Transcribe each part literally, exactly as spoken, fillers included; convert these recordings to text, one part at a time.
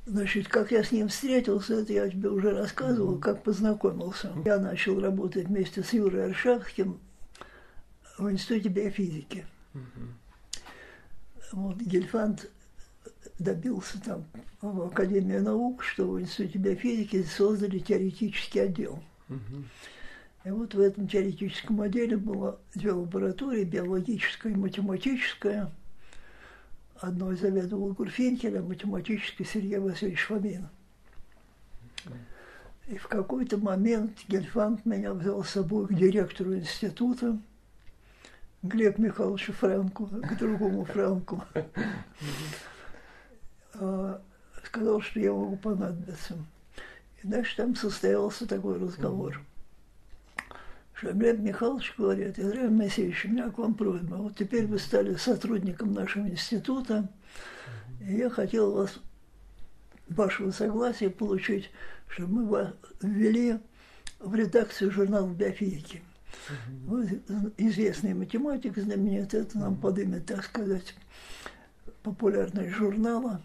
Значит, как я с ним встретился, это я тебе уже рассказывал, как познакомился. Я начал работать вместе с Юрой Аршавским в Институте биофизики. Вот, Гельфанд добился там в Академии наук, что в Институте биофизики создали теоретический отдел. И вот в этом теоретическом отделе было две лаборатории, биологическая и математическая. Одной заведовал Игорь Финкель, а математической Сергей Васильевич Фомин. И в какой-то момент Гельфанд меня взял с собой к директору института, Глебу Михайловичу Франку, к другому Франку. Сказал, что я могу понадобиться. И дальше там состоялся такой разговор. Что Глеб Михайлович говорит: Израиль Моисеевич, у меня к вам просьба. Вот теперь вы стали сотрудником нашего института, и я хотел вас, вашего согласия получить, чтобы мы вас ввели в редакцию журнала биофизики. Вы известный математик, знаменитый, это нам подымет, так сказать, популярность журнала.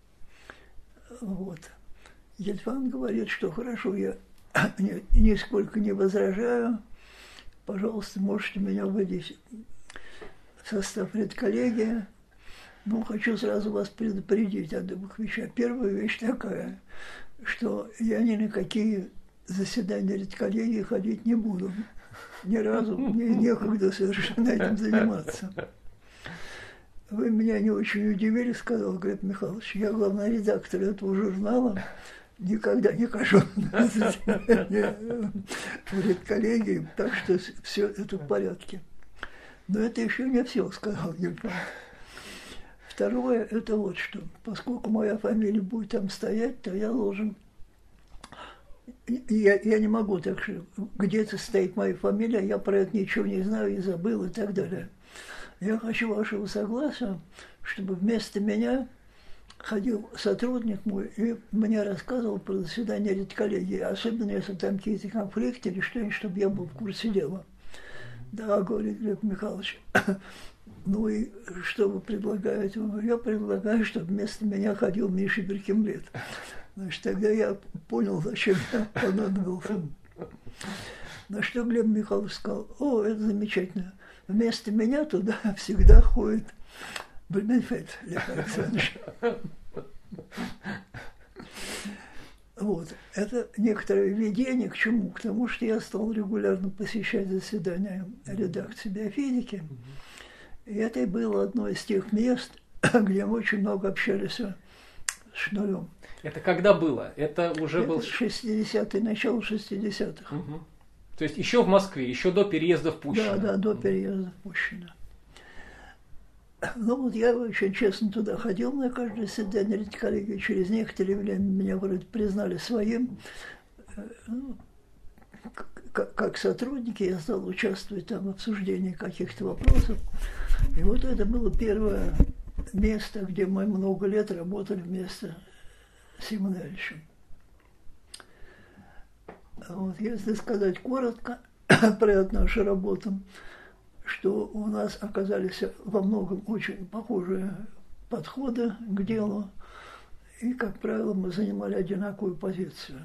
Вот. Гельфанд говорит, что хорошо, я нисколько не возражаю. Пожалуйста, можете меня вводить в состав редколлегии. Но хочу сразу вас предупредить о двух вещах. Первая вещь такая, что я ни на какие заседания редколлегии ходить не буду. Ни разу. Мне некогда совершенно этим заниматься. Вы меня не очень удивили, сказал Глеб Михайлович. Я главный редактор этого журнала. Никогда не хожу на заседания в редколлегии, так что все это в порядке. Но это еще не все, сказал Гельфанд. Второе, это вот что. Поскольку моя фамилия будет там стоять, то я должен... Я, я не могу так что где-то стоит моя фамилия, я про это ничего не знаю и забыл и так далее. Я хочу вашего согласия, чтобы вместо меня ходил сотрудник мой и мне рассказывал про заседание редколлегии, особенно если там какие-то конфликты или что-нибудь, чтобы я был в курсе дела. Да, говорит Глеб Михайлович, ну и что вы предлагаете? Я предлагаю, чтобы вместо меня ходил Миша Беркемлет. Значит, тогда я понял, зачем я понадобился. На что Глеб Михайлович сказал: о, это замечательно. Вместо меня туда всегда ходит Блюменфельд Лев Александрович. Вот. Это некоторое введение к чему? К тому, что я стал регулярно посещать заседания редакции биофизики. И это и было одно из тех мест, где мы очень много общались с Шнурем. Это когда было? Это уже это был... шестидесятые, начало шестидесятых. Угу. То есть еще в Москве, еще до переезда в Пущино. Да, да, до переезда в Пущино. Ну вот я очень честно туда ходил на каждое заседание редколлегии. Через некоторое время меня вроде признали своим. Ну, как сотрудники я стал участвовать там в обсуждении каких-то вопросов. И вот это было первое место, где мы много лет работали вместе с Симоновичем. Вот, если сказать коротко про эту нашу работу, что у нас оказались во многом очень похожие подходы к делу, и, как правило, мы занимали одинаковую позицию.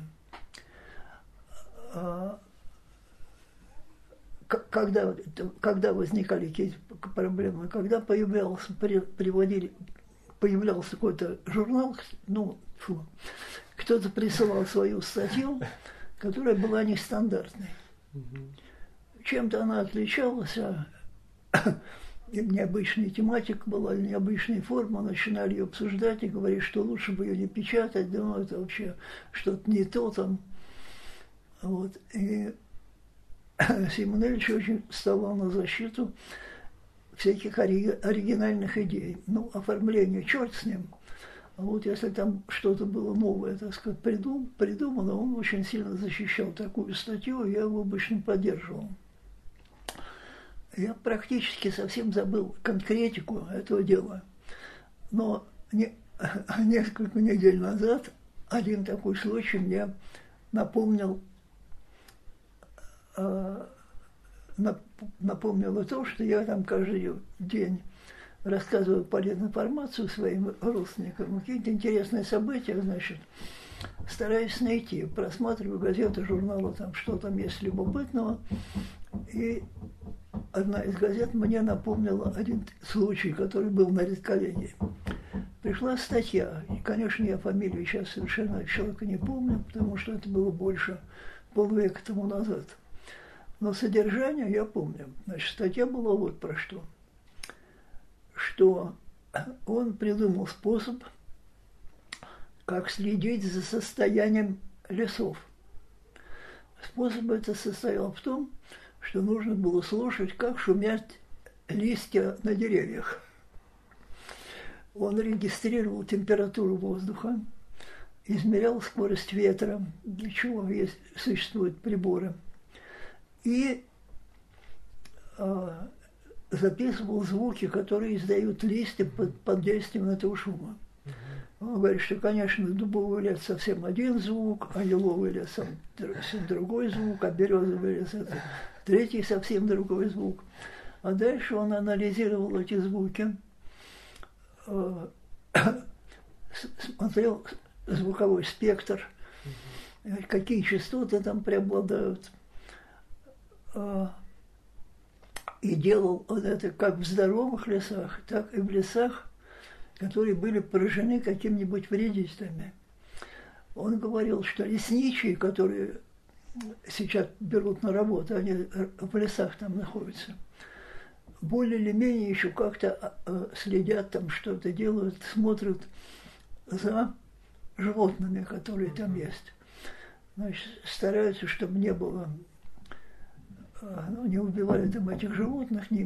Когда, когда возникали какие-то проблемы, когда появлялся, приводили, появлялся какой-то журнал, ну, фу, кто-то присылал свою статью, которая была нестандартной. Чем-то она отличалась, а необычная тематика была, необычная форма, начинали ее обсуждать и говорить, что лучше бы ее не печатать, да, ну, это вообще что-то не то там. Вот. И Симонович очень вставал на защиту всяких оригинальных идей. Ну, оформление, черт с ним. А вот если там что-то было новое, так сказать, придум, придумано, он очень сильно защищал такую статью, и я его обычно поддерживал. Я практически совсем забыл конкретику этого дела. Но не, несколько недель назад один такой случай мне напомнил, напомнило то, что я там каждый день рассказываю полезную информацию своим родственникам, какие-то интересные события, значит, стараюсь найти, просматриваю газеты, журналы, там, что там есть любопытного. И одна из газет мне напомнила один случай, который был на редколлегии. Пришла статья, и, конечно, я фамилию сейчас совершенно человека не помню, потому что это было больше полвека тому назад. Но содержание я помню. Значит, статья была вот про что. Что он придумал способ, как следить за состоянием лесов. Способ этот состоял в том, что нужно было слушать, как шумят листья на деревьях. Он регистрировал температуру воздуха, измерял скорость ветра, для чего есть, существуют приборы, и э, записывал звуки, которые издают листья под, под действием этого шума. Он говорит, что, конечно, дубовый лес совсем один звук, а еловый лес совсем другой звук, а березовый лес это третий совсем другой звук. А дальше он анализировал эти звуки, смотрел звуковой спектр, какие частоты там преобладают, и делал вот это как в здоровых лесах, так и в лесах, которые были поражены какими-нибудь вредителями. Он говорил, что лесничие, которые сейчас берут на работу, они в лесах там находятся, более или менее еще как-то следят там, что-то делают, смотрят за животными, которые там есть. Значит, стараются, чтобы не было, ну, не убивали там этих животных, не,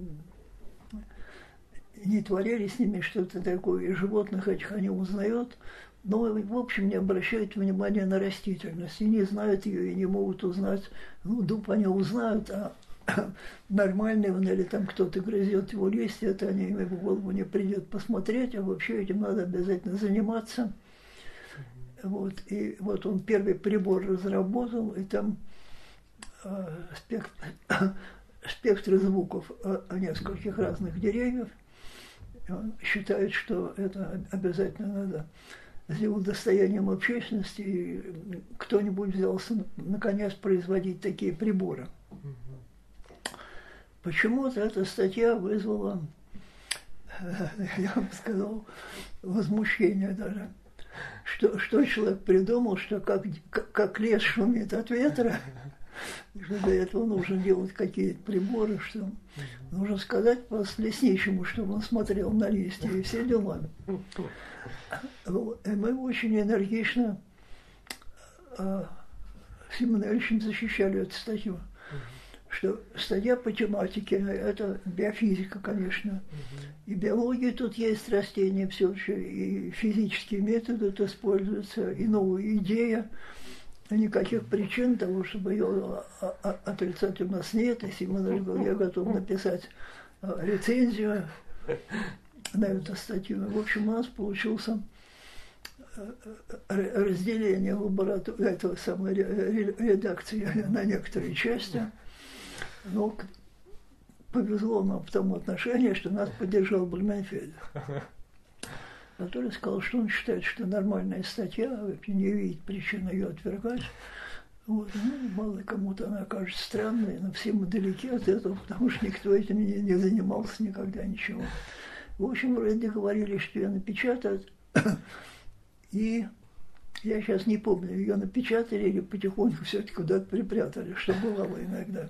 не творили с ними что-то такое. И животных этих они узнают, но, в общем, не обращают внимания на растительность. И не знают ее, и не могут узнать. Ну, дуб они узнают, а нормальный он или там кто-то грызет его листья, это они им в голову не придет посмотреть, а вообще этим надо обязательно заниматься. Вот. И вот он первый прибор разработал, и там э, спектр, спектр звуков о нескольких разных деревьев. Он считает, что это обязательно надо сделать достоянием общественности, и кто-нибудь взялся наконец производить такие приборы. Почему-то эта статья вызвала, я бы сказал, возмущение даже. Что, что человек придумал, что как, как лес шумит от ветра, что для этого нужно делать какие-то приборы, что нужно сказать просто лесничему, чтобы он смотрел на листья и все дела. И мы очень энергично с Семеновичем защищали эту статью. Что статья по тематике, это биофизика, конечно, и биология тут есть, растения все еще, и физические методы тут используются, и новая идея, никаких причин того, чтобы ее отрицать у нас нет, и Семенович говорил, я готов написать рецензию на эту статью. В общем, у нас получился разделение лаборатории, этого самой редакции на некоторые части. Но повезло нам в том отношении, что нас поддержал Блюменфельд, который сказал, что он считает, что нормальная статья, вообще не видит причин ее отвергать. Вот. Ну, мало кому-то она кажется странной, но все мы далеки от этого, потому что никто этим не, не занимался никогда, ничего. В общем, вроде говорили, что ее напечатают, и я сейчас не помню, ее напечатали или потихоньку все-таки куда-то припрятали, что бывало иногда.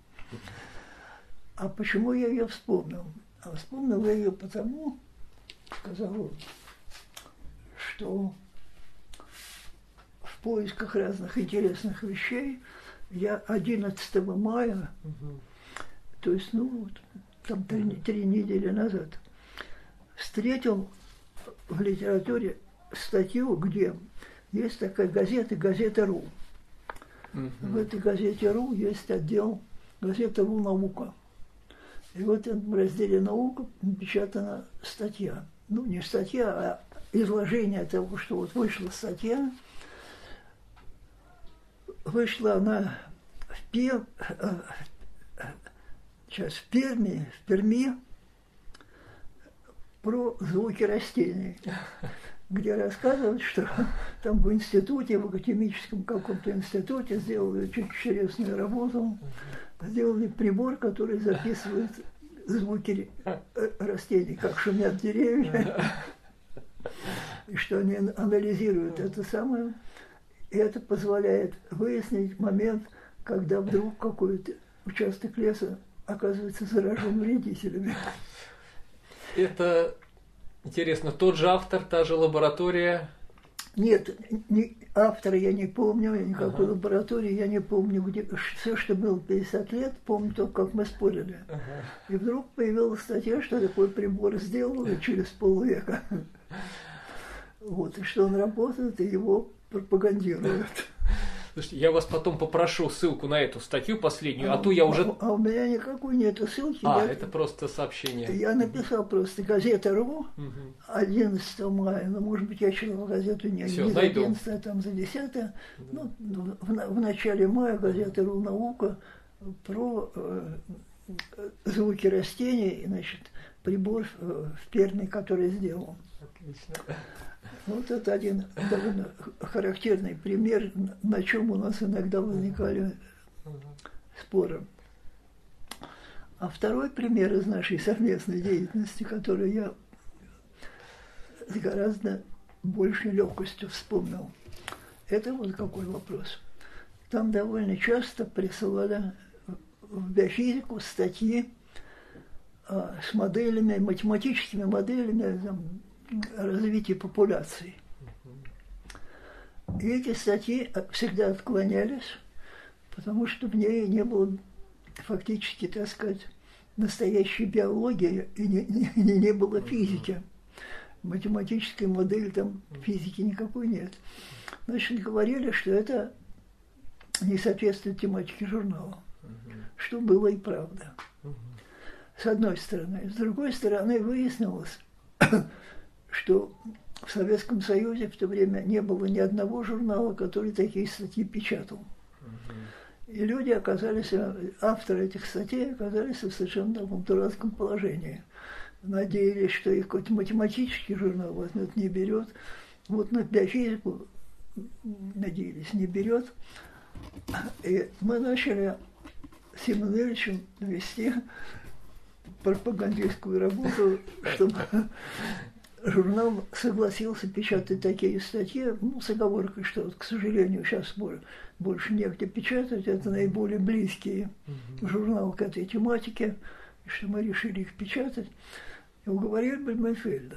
А почему я ее вспомнил? А вспомнил я ее потому, сказал, что в поисках разных интересных вещей я одиннадцатого мая, угу. то есть, ну, вот, там три, три недели назад, встретил в литературе статью, где есть такая газета, газета «Ру». Угу. В этой газете «Ру» есть отдел газета «Ру. Наука». И вот в разделе «Наука» напечатана статья. Ну, не статья, а изложение того, что вот вышла статья. Вышла она в, Пер... сейчас, в Перми, в Перми, про звуки растений, где рассказывают, что там в институте, в академическом каком-то институте сделали очень интересную работу, сделали прибор, который записывает звуки растений, как шумят деревья, и что они анализируют это самое, и это позволяет выяснить момент, когда вдруг какой-то участок леса оказывается заражен вредителями. Это интересно, тот же автор, та же лаборатория? Нет, не, автора я не помню, никакой ага. лаборатории я не помню, где все, что было пятьдесят лет, помню только, как мы спорили. Ага. И вдруг появилась статья, что такой прибор сделали через полвека. Вот, и что он работает, и его пропагандируют. Слушайте, я вас потом попрошу ссылку на эту статью последнюю, а, а ту я уже... А, а у меня никакой нету ссылки. А, я... это просто сообщение. Я написал просто газета.ру одиннадцатого мая, но, может быть, я читал газету не, Всё, не за найду. одиннадцатое, а там за десятое. Да. Ну, в, в начале мая газета.ру «Наука» про э, звуки растений, значит, прибор э, в Перми, который сделал. Отлично. Вот это один довольно характерный пример, на чем у нас иногда возникали споры. А второй пример из нашей совместной деятельности, который я с гораздо большей легкостью вспомнил, это вот какой вопрос. Там довольно часто присылали в биофизику статьи а, с моделями, математическими моделями там, развития популяции. И эти статьи всегда отклонялись, потому что в ней не было фактически, так сказать, настоящей биологии и не, не, не было физики. Математической модели там физики никакой нет. Значит, говорили, что это не соответствует тематике журнала, что было и правда. С одной стороны. С другой стороны, выяснилось, что в Советском Союзе в то время не было ни одного журнала, который такие статьи печатал. И люди оказались, авторы этих статей оказались в совершенно таком дурацком положении. Надеялись, что их какой-то математический журнал возьмет, не берет. Вот на биофизику, надеялись, не берет. И мы начали с Симоновичем вести пропагандистскую работу, чтобы журнал согласился печатать такие статьи, ну, с оговоркой, что, вот, к сожалению, сейчас больше негде печатать, это наиболее близкий журнал к этой тематике, и что мы решили их печатать, и уговорили Блюменфельда.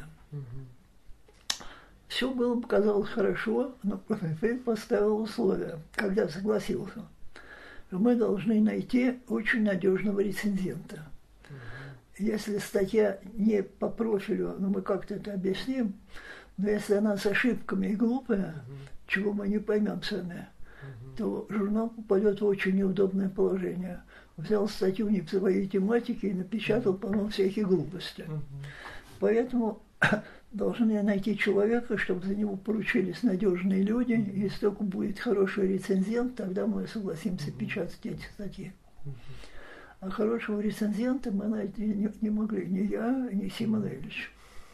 Все было, казалось, хорошо, но Блюменфельд поставил условия, когда согласился. Мы должны найти очень надежного рецензента. Если статья не по профилю, ну мы как-то это объясним, но если она с ошибками и глупая, uh-huh. чего мы не поймем сами, uh-huh. то журнал попадет в очень неудобное положение. Взял статью не в своей тематике и напечатал uh-huh. полно всяких глупостей. Uh-huh. Поэтому должны найти человека, чтобы за него поручились надежные люди, uh-huh. и если только будет хороший рецензент, тогда мы согласимся uh-huh. печатать эти статьи. Uh-huh. А хорошего рецензента мы найти не, не могли, ни я, ни Симонович.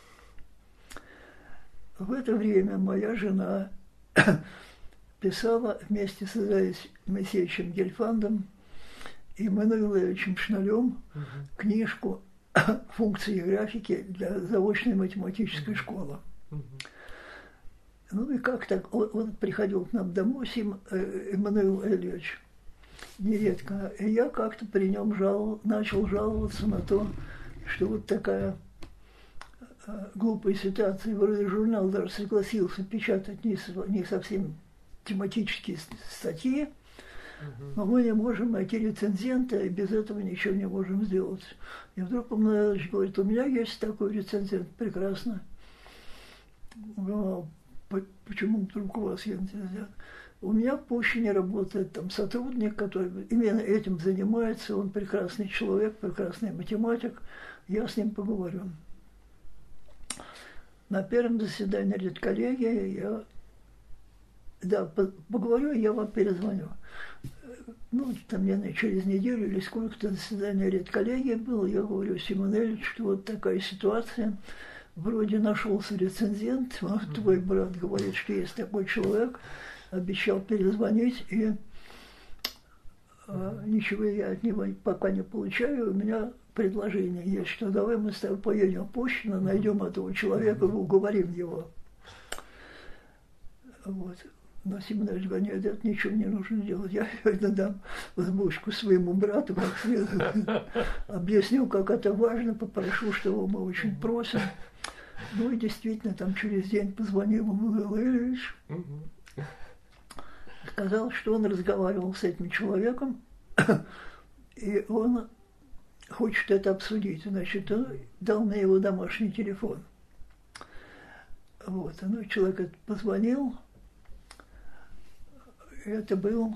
В это время моя жена писала вместе с Изаией Моисеевичем Гельфандом и Мануиловичем Шналем uh-huh. книжку «Функции графики для заочной математической uh-huh. школы». Uh-huh. Ну и как так, он, он приходил к нам домой, Сим, э, Эммануил Ильич, нередко. И я как-то при нем жаловал, начал жаловаться на то, что вот такая э, глупая ситуация, вроде журнал даже согласился печатать не, не совсем тематические статьи, uh-huh. но мы не можем найти рецензента, и без этого ничего не можем сделать. И вдруг он говорит, у меня есть такой рецензент, прекрасно. Почему вдруг у вас есть рецензент? У меня в Пущине работает там сотрудник, который именно этим занимается, он прекрасный человек, прекрасный математик, я с ним поговорю. На первом заседании редколлегии я, да, поговорю, я вам перезвоню. Ну, там, я знаю, через неделю или сколько-то заседание редколлегии было, я говорю Симоновичу, что вот такая ситуация, вроде нашелся рецензент, а твой брат говорит, что есть такой человек, обещал перезвонить, и а, ничего я от него пока не получаю. У меня предложение есть, что давай мы с тобой поедем в Пущино, найдем этого человека и уговорим его. Вот. Но Семенович говорит, нет, это ничего не нужно делать. Я сегодня дам взбучку своему брату, как следует. Объясню, как это важно, попрошу, что его мы очень просим. Ну и действительно, там через день позвонил Эммануил Ильич. Сказал, что он разговаривал с этим человеком, и он хочет это обсудить. Значит, он дал мне его домашний телефон. Вот. Ну, человек этот позвонил. Это был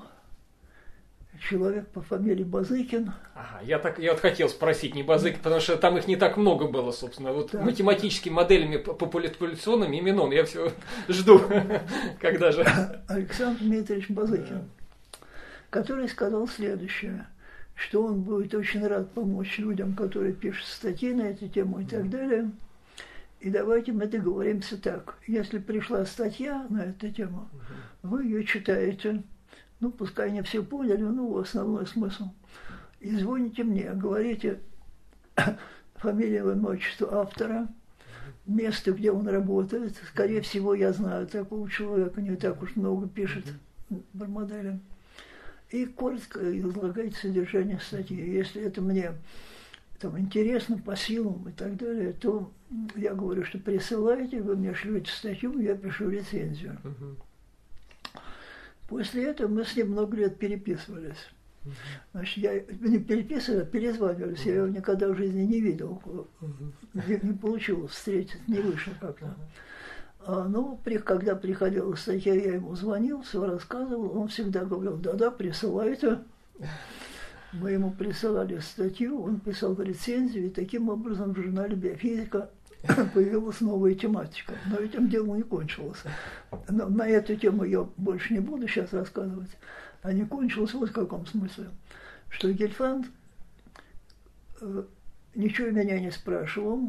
человек по фамилии Базыкин. Ага, я, так, я вот хотел спросить, не Базыкин, потому что там их не так много было, собственно. Вот да. Математическими моделями популяционными имен он, я все жду, когда же. Александр Дмитриевич Базыкин, который сказал следующее, что он будет очень рад помочь людям, которые пишут статьи на эту тему и так далее. И давайте мы договоримся так. Если пришла статья на эту тему, вы ее читаете, ну, пускай не все поняли, ну, основной смысл. И звоните мне, говорите фамилию, имя, отчество автора, место, где он работает. Скорее всего, я знаю такого человека, не так уж много пишет Бармаделя. И коротко излагайте содержание статьи. Если это мне там интересно по силам и так далее, то я говорю, что присылайте, вы мне шлете статью, я пишу рецензию. Uh-huh. После этого мы с ним много лет переписывались. Uh-huh. Значит, я не переписывали, а перезванивались. Uh-huh. Я его никогда в жизни не видел. Uh-huh. Не, не получилось встретиться, не вышло как-то. Uh-huh. А, ну, при, когда приходила статья, я ему звонил, все рассказывал, он всегда говорил, да-да, присылайте. Мы ему присылали статью, он писал рецензию, и таким образом в журнале «Биофизика» появилась новая тематика. Но этим дело не кончилось. Но на эту тему я больше не буду сейчас рассказывать. А не кончилось вот в каком смысле. Что Гельфанд э, ничего меня не спрашивал,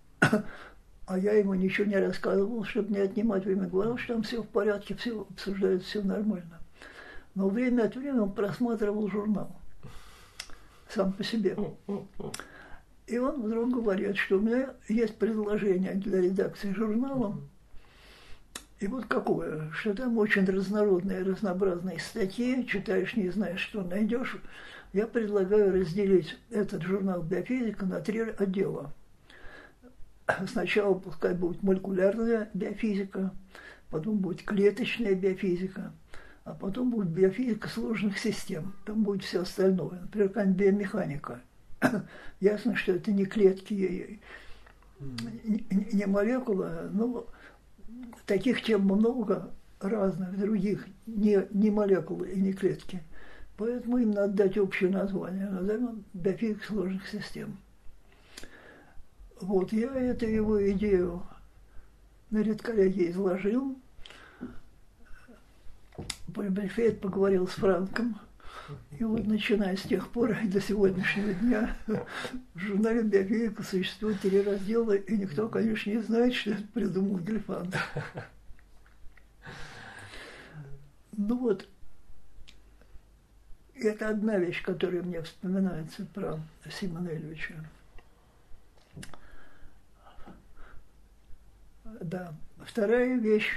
а я ему ничего не рассказывал, чтобы не отнимать время. Говорил, что там все в порядке, все обсуждают, все нормально. Но время от времени он просматривал журнал. Сам по себе. И он вдруг говорит, что у меня есть предложение для редакции журнала. И вот какое, что там очень разнородные, разнообразные статьи, читаешь, не знаешь, что найдешь. Я предлагаю разделить этот журнал «Биофизика» на три отдела. Сначала пускай будет молекулярная биофизика, потом будет клеточная биофизика, а потом будет биофизика сложных систем. Там будет все остальное. Например, какая-нибудь биомеханика. Ясно, что это не клетки, не, не молекулы, но таких тем много разных, других, не, не молекулы и не клетки. Поэтому им надо дать общее название. Назовем биофизика сложных систем. Вот я эту его идею на редколлегии изложил. Бальфейд поговорил с Франком, и вот начиная с тех пор и до сегодняшнего дня в журнале «Биофизика» существует три раздела, и никто, конечно, не знает, что это придумал Гельфанд. Ну вот, это одна вещь, которая мне вспоминается про Симона Ильича. Да, вторая вещь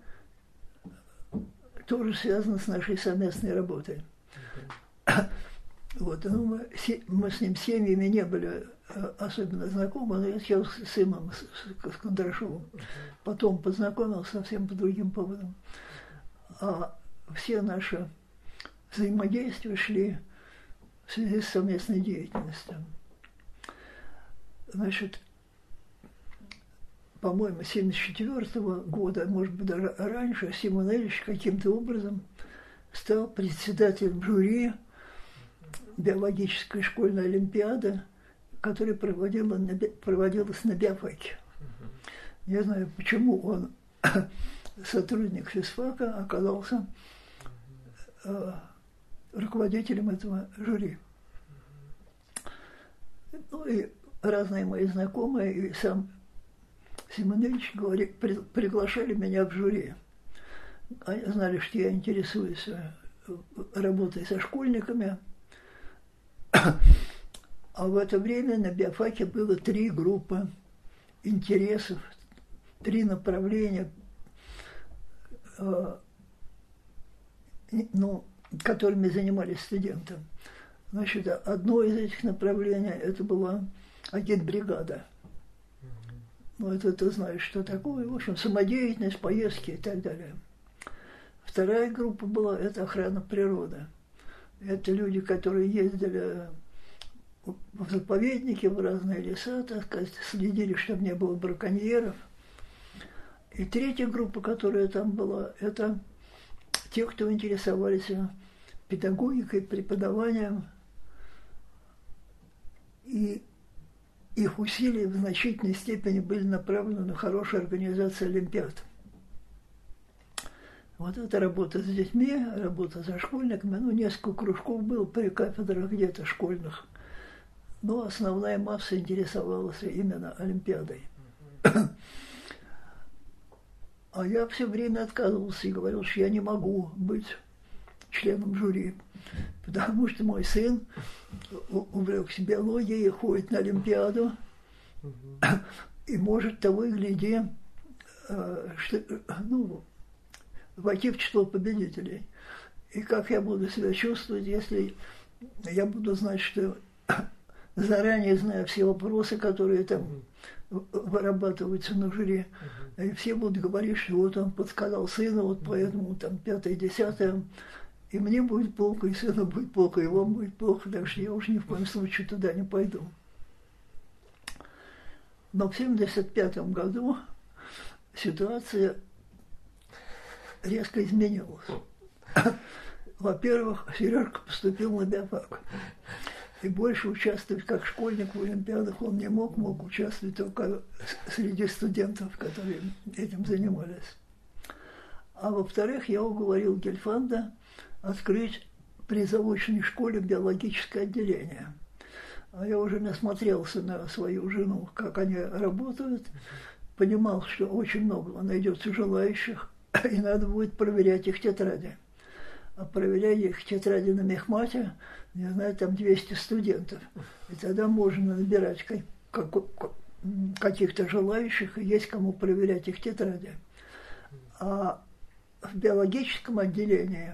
тоже связано с нашей совместной работой. Okay. Вот, ну, мы, мы с ним семьями не были особенно знакомы, но я съел с сыном, с, с Кондрашовым. Okay. Потом познакомился совсем по другим поводам. А все наши взаимодействия шли в связи с совместной деятельностью. Значит, по-моему, семьдесят четвёртого года, может быть, даже раньше, Симон Ильич каким-то образом стал председателем жюри биологической школьной олимпиады, которая проводила на, проводилась на биофаке. Не знаю, почему он, сотрудник физфака, оказался э, руководителем этого жюри. Ну и разные мои знакомые, и сам Симонович говори, при, приглашали меня в жюри. Они знали, что я интересуюсь работой со школьниками. А в это время на биофаке было три группы интересов, три направления, ну, которыми занимались студенты. Значит, одно из этих направлений это была агитбригада. Ну, это ты знаешь, что такое. В общем, самодеятельность, поездки и так далее. Вторая группа была это охрана природы. Это люди, которые ездили в заповедники, в разные леса, так сказать, следили, чтобы не было браконьеров. И третья группа, которая там была, это те, кто интересовались педагогикой, преподаванием, и их усилия в значительной степени были направлены на хорошую организацию олимпиад. Вот это работа с детьми, работа со школьниками, ну, несколько кружков было при кафедрах где-то школьных, но основная масса интересовалась именно олимпиадой. А я все время отказывался и говорил, что я не могу быть членом жюри, потому что мой сын увлекся биологией, ходит на олимпиаду, и может того и гляди, что, ну, войти в число победителей. И как я буду себя чувствовать, если я буду знать, что заранее знаю все вопросы, которые там вырабатываются на жюри, и все будут говорить, что вот он подсказал сыну, вот поэтому там пятое, десятое, и мне будет плохо, и сыну будет плохо, и вам будет плохо, так что я уж ни в коем случае туда не пойду. Но в семьдесят пятом году ситуация резко изменилась. Во-первых, Сережка поступил на биофак. И больше участвовать как школьник в олимпиадах он не мог, мог участвовать только среди студентов, которые этим занимались. А во-вторых, я уговорил Гельфанда открыть при заочной школе биологическое отделение. А я уже насмотрелся на свою жену, как они работают, понимал, что очень много найдется желающих, и надо будет проверять их тетради. А проверяя их тетради на мехмате, не знаю, там двести студентов. И тогда можно набирать как, как, каких-то желающих, и есть кому проверять их тетради. А в биологическом отделении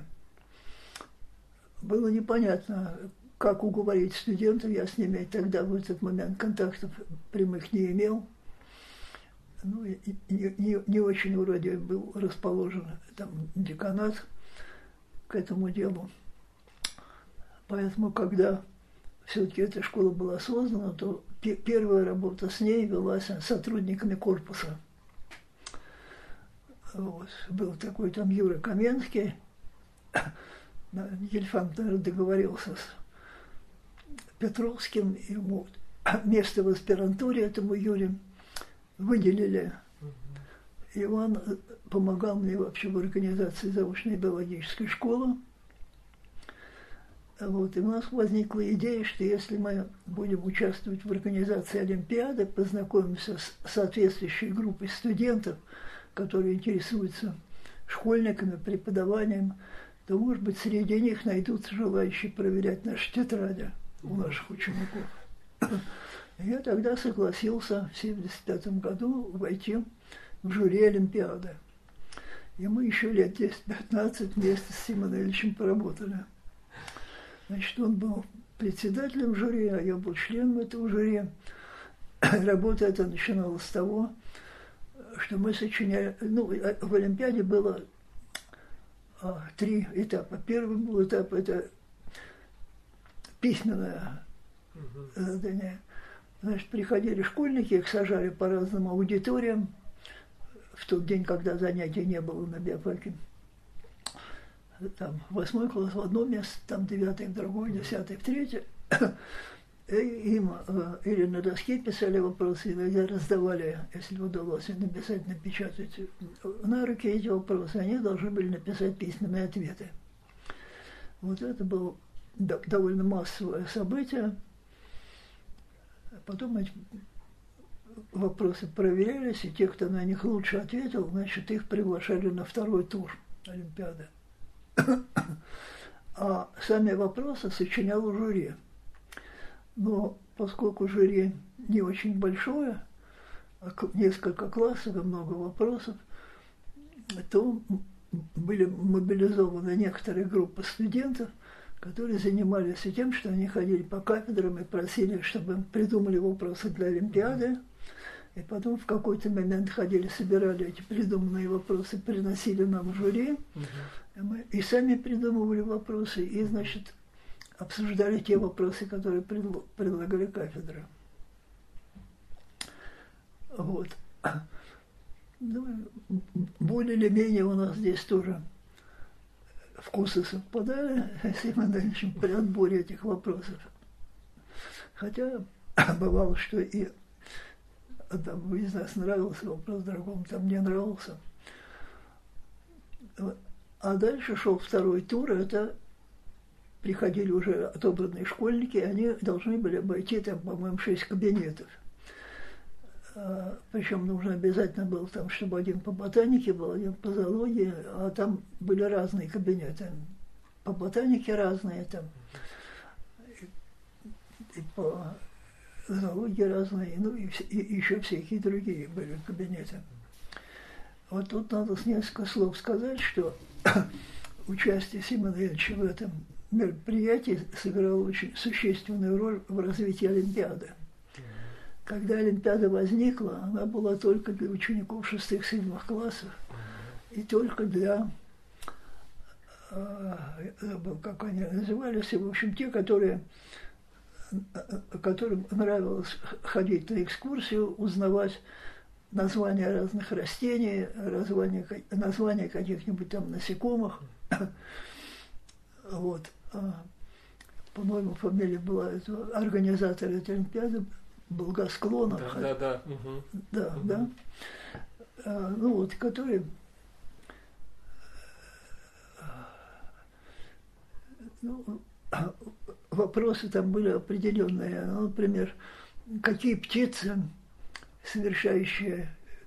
было непонятно, как уговорить студентов. Я с ними тогда в этот момент контактов прямых не имел. Ну, и не, не, не очень вроде был расположен там деканат к этому делу. Поэтому, когда все-таки эта школа была создана, то пе- первая работа с ней велась сотрудниками корпуса. Вот. Был такой там Юра Каменский. Гельфанд, наверное, договорился с Петровским, ему место в аспирантуре этому Юре выделили. И он помогал мне вообще в организации заочной биологической школы. Вот. И у нас возникла идея, что если мы будем участвовать в организации Олимпиады, познакомимся с соответствующей группой студентов, которые интересуются школьниками, преподаванием, то, может быть, среди них найдутся желающие проверять наши тетради у наших учеников. Я тогда согласился в семьдесят пятом году войти в жюри Олимпиады. И мы еще лет десять-пятнадцать вместе с Симоновичем поработали. Значит, он был председателем жюри, а я был членом этого жюри. Работа эта начиналась с того, что мы сочиняли... Ну, в Олимпиаде было а, три этапа. Первый был этап – это письменное задание. Значит, приходили школьники, их сажали по разным аудиториям в тот день, когда занятий не было на биофаке. Там восьмой класс в одно место, там девятый в другое, десятый в третье. И им э, или на доске писали вопросы, иногда раздавали, если удалось написать, напечатать на руки эти вопросы, они должны были написать письменные ответы. Вот это было довольно массовое событие. Потом вопросы проверялись, и те, кто на них лучше ответил, значит, их приглашали на второй тур Олимпиады. А сами вопросы сочинял жюри. Но поскольку жюри не очень большое, а несколько классов и много вопросов, то были мобилизованы некоторые группы студентов, которые занимались тем, что они ходили по кафедрам и просили, чтобы им придумали вопросы для Олимпиады. И потом в какой-то момент ходили, собирали эти придуманные вопросы, приносили нам в жюри. И мы и сами придумывали вопросы, и, значит, обсуждали те вопросы, которые предлагали кафедры. Вот. Ну, более или менее у нас здесь тоже вкусы совпадали с Ивановичем при отборе этих вопросов. Хотя бывало, что и одному из нас нравился вопрос, другому там не нравился. А дальше шел второй тур, это приходили уже отобранные школьники, они должны были обойти там, по-моему, шесть кабинетов. А, причем нужно обязательно было там, чтобы один по ботанике был, один по зоологии, а там были разные кабинеты. По ботанике разные там, и, и по зоологии разные, ну и, и еще всякие другие были кабинеты. Вот тут надо с несколько слов сказать, что участие Симона Ильича в этом мероприятии сыграло очень существенную роль в развитии Олимпиады. Когда Олимпиада возникла, она была только для учеников шестых-седьмых классов и только для, как они назывались, в общем, те, которые, которым нравилось ходить на экскурсию, узнавать названия разных растений, названия, названия каких-нибудь там насекомых. Вот. По-моему, фамилия была этого организатора этой Олимпиады, Благосклонов. Да, да, да. Угу. Да, угу. Да. А, ну вот, которые ну, вопросы там были определенные. Ну, например, какие птицы, совершающие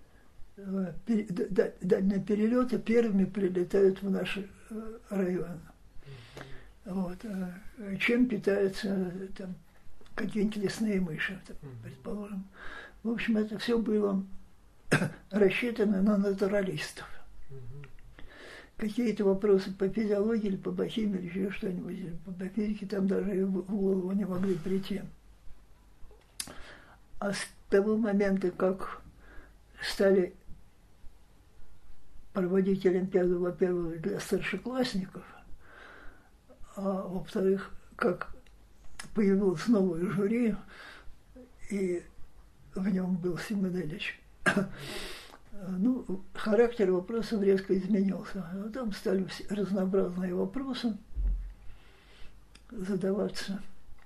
дальние перелеты, первыми прилетают в наш район. Вот. Чем питаются там какие-нибудь лесные мыши, там, предположим. В общем, это все было рассчитано на натуралистов. Какие-то вопросы по физиологии или по бохимии, или еще что-нибудь, или по физике там даже в голову не могли прийти. А с того момента, как стали проводить Олимпиаду, во-первых, для старшеклассников, а во-вторых, как появилось новое жюри, и в нем был Симон Ильич, ну, характер вопросов резко изменился. А там стали разнообразные вопросы задаваться.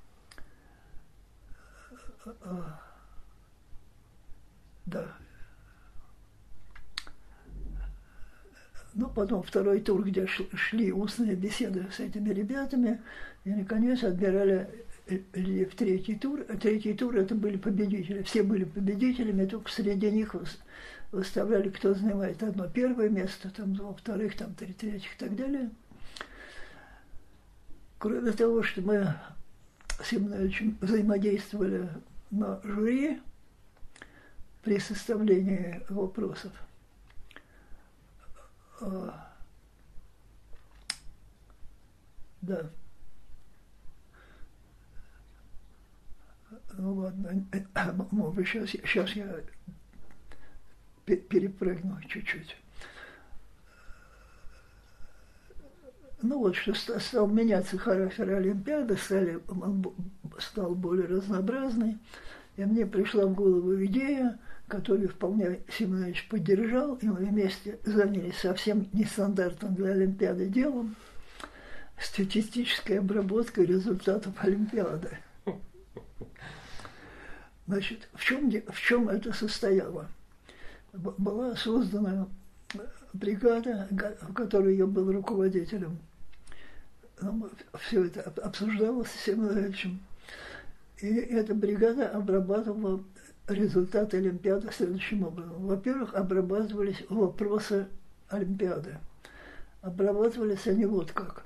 Да. Ну, потом второй тур, где шли устные беседы с этими ребятами, и, наконец, отбирали в третий тур. А третий тур – это были победители. Все были победителями, только среди них выставляли, кто занимает одно первое место, там два вторых, там три третьих и так далее. Кроме того, что мы с Симоновичем взаимодействовали на жюри при составлении вопросов, да. Ну ладно, может, сейчас, сейчас я перепрыгну чуть-чуть. Ну вот, что стал меняться характер Олимпиады, стали, он стал более разнообразный, и мне пришла в голову идея, которую вполне Симонович поддержал, и мы вместе занялись совсем нестандартным для Олимпиады делом – статистической обработкой результатов Олимпиады. Значит, в чем, в чем это состояло? Была создана бригада, в которой я был руководителем. Все это обсуждалось с Симоновичем. И эта бригада обрабатывала результаты Олимпиады следующим образом. Во-первых, обрабатывались вопросы Олимпиады. Обрабатывались они вот как.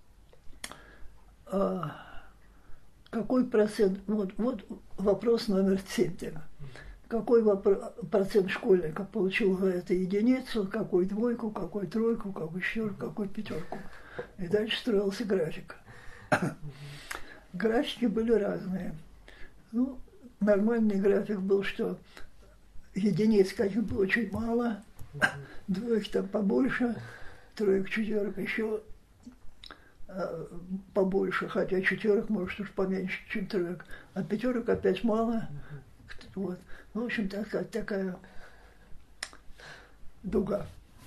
А, какой процент, вот, вот вопрос номер семь. Какой вопро- процент школьников получил за это единицу, какой двойку, какой тройку, какой четверку, какой пятерку. И дальше строился график. Графики были разные. Ну, нормальный график был, что единиц каких было очень мало, двоек там побольше, троек, четверок еще а, побольше, хотя четверок может уж поменьше, чем троек, а пятерок опять мало. Вот. Ну, в общем, такая, такая дуга.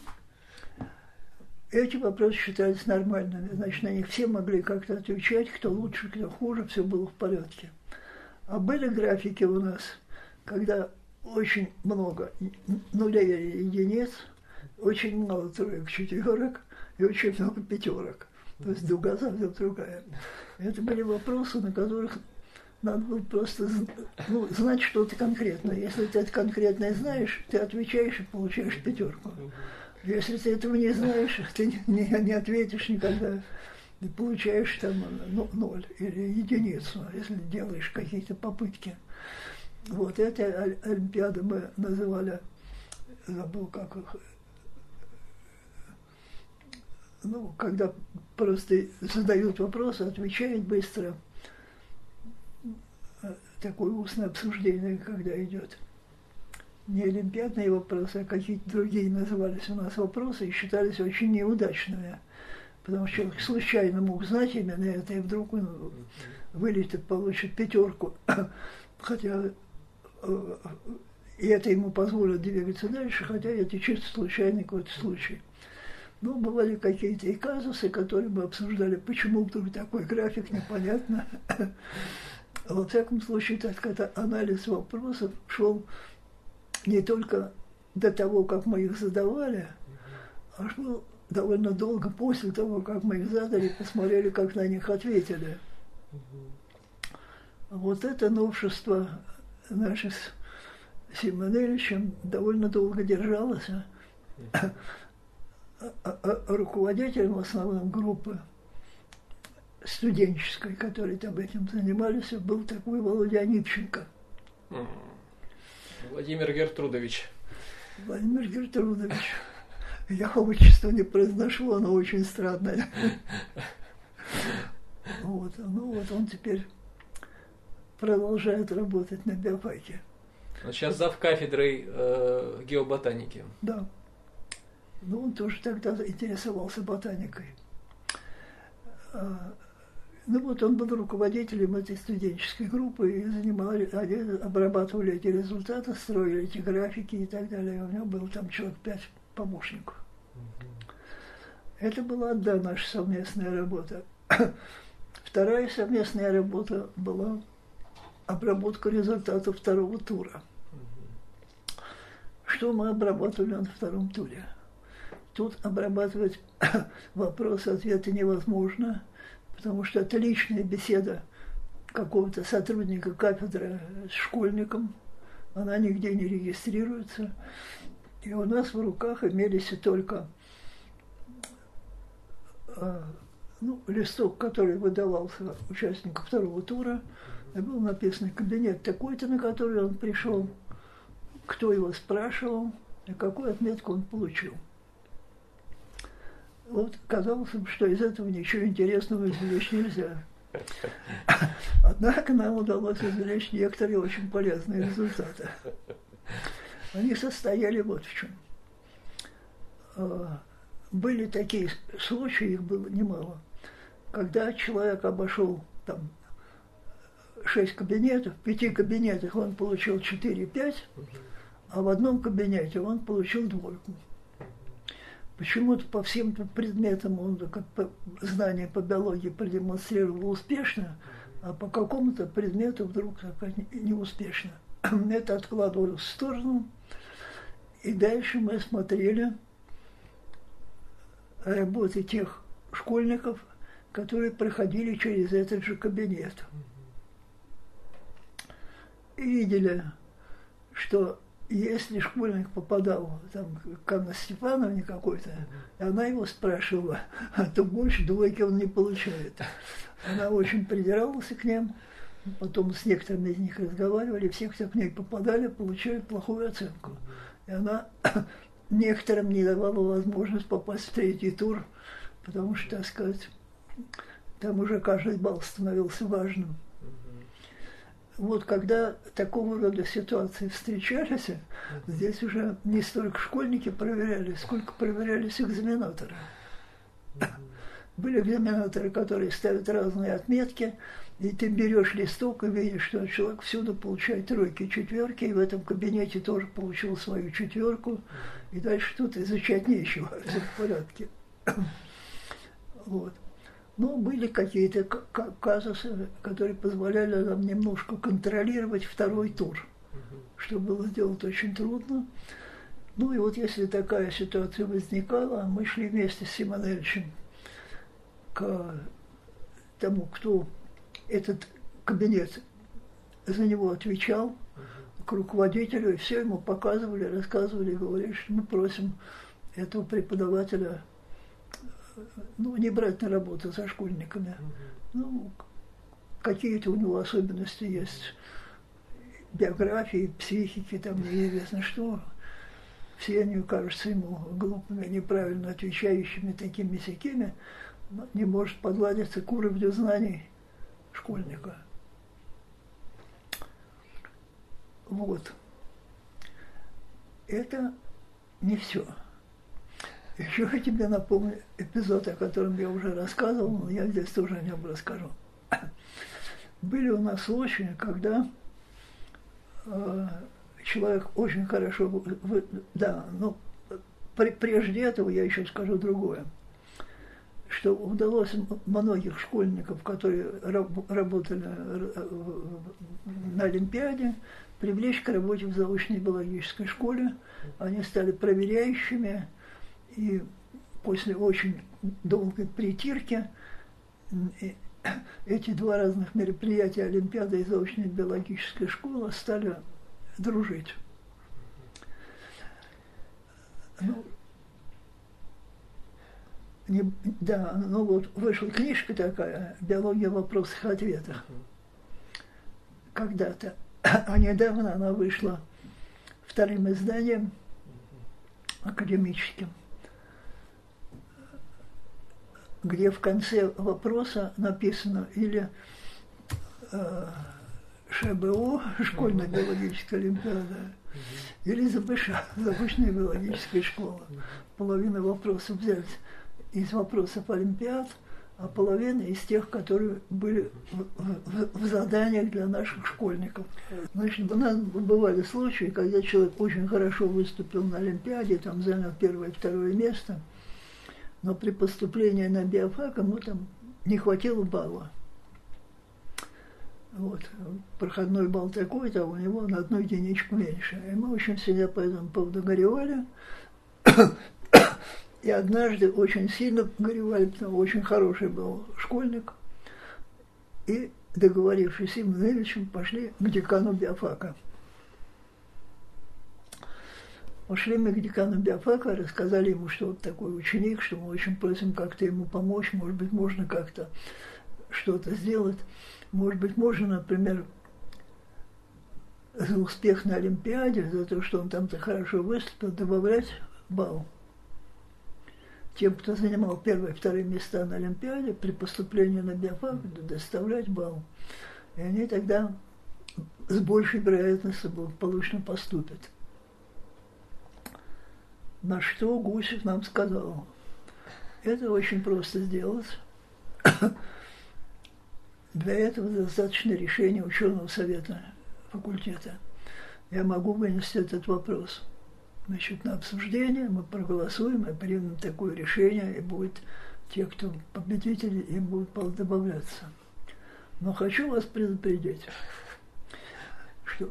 Эти вопросы считались нормальными, значит, на них все могли как-то отвечать, кто лучше, кто хуже, все было в порядке. А были графики у нас, когда очень много нулей и единиц, очень мало троек, четверок и очень много пятерок. То есть дуга совсем другая. Это были вопросы, на которых надо было просто ну, знать что-то конкретное. Если ты это конкретное знаешь, ты отвечаешь и получаешь пятерку. Если ты этого не знаешь, ты не, не ответишь никогда. Ты получаешь там ну, ноль или единицу, если делаешь какие-то попытки. Вот это Олимпиады мы называли, забыл как их, ну, когда просто задают вопросы, отвечает быстро. Такое устное обсуждение, когда идет. Не олимпиадные вопросы, а какие-то другие назывались у нас вопросы и считались очень неудачными. Потому что человек случайно мог знать именно это, и вдруг он вылетит, получит пятерку. Хотя и это ему позволит двигаться дальше, хотя это чисто случайный какой-то случай. Но бывали какие-то и казусы, которые мы обсуждали, почему вдруг такой график, непонятно. Во всяком случае, так это анализ вопросов шел не только до того, как мы их задавали, а шел довольно долго после того, как мы их задали, посмотрели, как на них ответили. Вот это новшество наше с Симоневичем довольно долго держалось. А, а, а руководителем в основном группы студенческой, которые там этим занимались, был такой Володя Анипченко. Владимир Гертрудович. Владимир Гертрудович. Я отчество не произношу, оно очень странное. Вот. Ну вот он теперь продолжает работать на биофаке. Он сейчас зав кафедрой э, геоботаники. Да. Ну он тоже тогда интересовался ботаникой. Ну вот он был руководителем этой студенческой группы, и занимали, они обрабатывали эти результаты, строили эти графики и так далее. И у него было там человек пять помощников. Mm-hmm. Это была одна наша совместная работа. Вторая совместная работа была обработка результатов второго тура. Mm-hmm. Что мы обрабатывали на втором туре? Тут обрабатывать вопросы-ответы невозможно, потому что это личная беседа какого-то сотрудника кафедры с школьником, она нигде не регистрируется. И у нас в руках имелись только ну, листок, который выдавался участнику второго тура, и был написан кабинет такой-то, на который он пришел, кто его спрашивал и какую отметку он получил. Вот казалось бы, что из этого ничего интересного извлечь нельзя. Однако нам удалось извлечь некоторые очень полезные результаты. Они состояли вот в чем. Были такие случаи, их было немало, когда человек обошел там шесть кабинетов, в пяти кабинетах он получил четыре-пять, а в одном кабинете он получил двойку. Почему-то по всем предметам он как по, знания по биологии продемонстрировал успешно, а по какому-то предмету вдруг неуспешно. Это откладывалось в сторону, и дальше мы смотрели работы тех школьников, которые проходили через этот же кабинет. И видели, что если школьник попадал там, к Анне Степановне какой-то, и она его спрашивала, то больше двойки он не получает. Она очень придиралась к ним, потом с некоторыми из них разговаривали, все, кто к ней попадали, получали плохую оценку. И она некоторым не давала возможность попасть в третий тур, потому что, так сказать, там уже каждый балл становился важным. Вот когда такого рода ситуации встречались, здесь уже не столько школьники проверяли, сколько проверялись экзаменаторы. Были экзаменаторы, которые ставят разные отметки, и ты берешь листок и видишь, что человек всюду получает тройки, четверки, и в этом кабинете тоже получил свою четверку, и дальше тут изучать нечего, все в порядке. Вот. Но были какие-то казусы, которые позволяли нам немножко контролировать второй тур, что было сделать очень трудно. Ну и вот если такая ситуация возникала, мы шли вместе с Симонельевичем к тому, кто этот кабинет за него отвечал, к руководителю, и все ему показывали, рассказывали, говорили, что мы просим этого преподавателя ну, не брать на работу со школьниками. Ну, какие-то у него особенности есть, биографии, психики, там неизвестно что. Все они кажутся ему глупыми, неправильно отвечающими, такими-сякими, но не может подладиться к уровню знаний школьника. Вот. Это не все. Еще я тебе напомню эпизод, о котором я уже рассказывал, но я здесь тоже о нем расскажу. Были у нас случаи, когда э, человек очень хорошо... Вы, да, но при, прежде этого я еще скажу другое. Что удалось многих школьников, которые раб, работали на Олимпиаде, привлечь к работе в заочной биологической школе. Они стали проверяющими, и после очень долгой притирки эти два разных мероприятия, Олимпиада и заочная биологическая школа, стали дружить. Ну, не, да, ну вот вышла книжка такая «Биология в вопросах и ответах» когда-то, а недавно она вышла вторым изданием академическим, где в конце вопроса написано или э, ШБО, школьная биологическая олимпиада, или ЗБШ, заочная биологическая школа. Половину вопросов взять из вопросов олимпиад, а половина из тех, которые были в, в, в заданиях для наших школьников. Значит, у нас бывали случаи, когда человек очень хорошо выступил на олимпиаде, там занял первое и второе место, но при поступлении на биофак ему там не хватило балла. Вот. Проходной балл такой-то, а у него на одну единичку меньше. И мы очень сильно по этому поводу горевали. И однажды очень сильно горевали, потому что очень хороший был школьник. И, договорившись с Симонельевичем, пошли к декану биофака. Пошли мы к декану биофака, рассказали ему, что вот такой ученик, что мы очень просим как-то ему помочь, может быть, можно как-то что-то сделать. Может быть, можно, например, за успех на Олимпиаде, за то, что он там-то хорошо выступил, добавлять балл. Тем, кто занимал первые и вторые места на Олимпиаде, при поступлении на биофак доставлять балл. И они тогда с большей вероятностью благополучно поступят. На что Гусев нам сказал: это очень просто сделать. Для этого достаточно решения ученого совета факультета. Я могу вынести этот вопрос. Значит, на обсуждение мы проголосуем и примем такое решение, и будет те, кто победители, им будет добавляться. Но хочу вас предупредить, что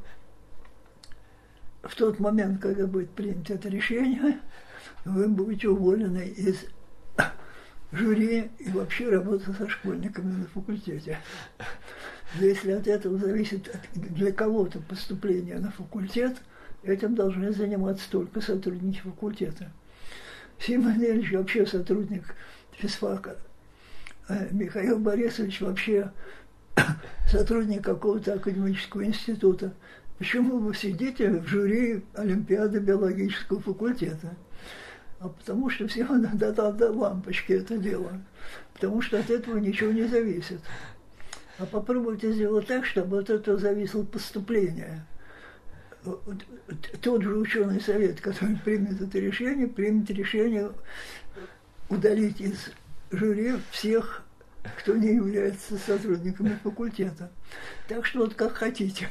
в тот момент, когда будет принято это решение, вы будете уволены из жюри и вообще работать со школьниками на факультете. Если от этого зависит для кого-то поступление на факультет, этим должны заниматься только сотрудники факультета. Симон Ильич вообще сотрудник физфака. Михаил Борисович вообще сотрудник какого-то академического института. Почему вы сидите в жюри Олимпиады биологического факультета? А потому что всего до, до, до лампочки это дело. Потому что от этого ничего не зависит. А попробуйте сделать так, чтобы от этого зависело поступление. Тот же ученый совет, который примет это решение, примет решение удалить из жюри всех, кто не является сотрудниками факультета. Так что вот как хотите.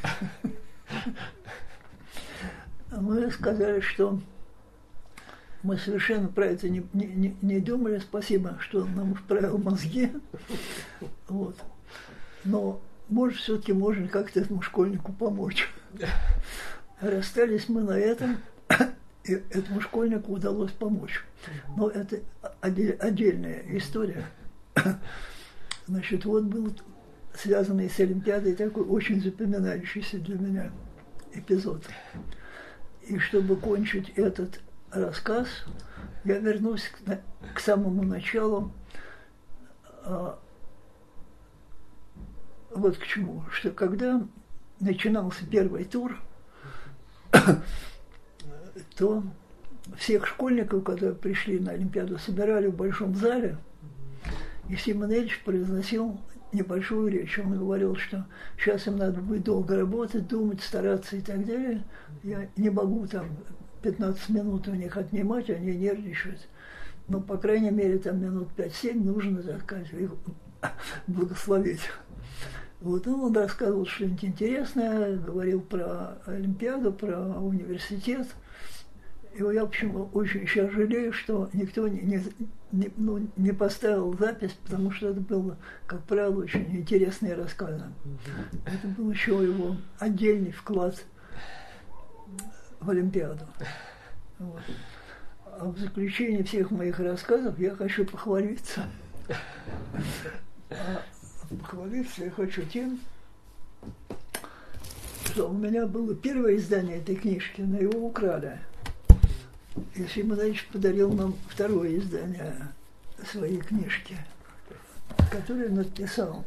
Мы сказали, что мы совершенно про это не, не, не думали. Спасибо, что он нам вправил мозги. Вот. Но, может, все-таки можно как-то этому школьнику помочь. Расстались мы на этом, и этому школьнику удалось помочь. Но это отдельная история. Значит, вот был связанный с Олимпиадой такой очень запоминающийся для меня эпизод. И чтобы кончить этот рассказ, я вернусь к, к самому началу. А, вот к чему. Что когда начинался первый тур, то всех школьников, которые пришли на Олимпиаду, собирали в большом зале, и Симон Ильич произносил небольшую речь. Он говорил, что сейчас им надо будет долго работать, думать, стараться и так далее. Я не могу там пятнадцать минут у них отнимать, они нервничают. Но, по крайней мере, там минут пять-семь нужно, так сказать, их благословить. Вот, ну, он рассказывал что-нибудь интересное, говорил про Олимпиаду, про университет. И я, в общем, очень сейчас жалею, что никто не, не, не, ну, не поставил запись, потому что это было, как правило, очень интересные рассказы. Это был еще его отдельный вклад в Олимпиаду. Вот. А в заключение всех моих рассказов я хочу похвалиться. А похвалиться я хочу тем, что у меня было первое издание этой книжки, но его украли. И Симон Ильич подарил нам второе издание своей книжки, которое он написал.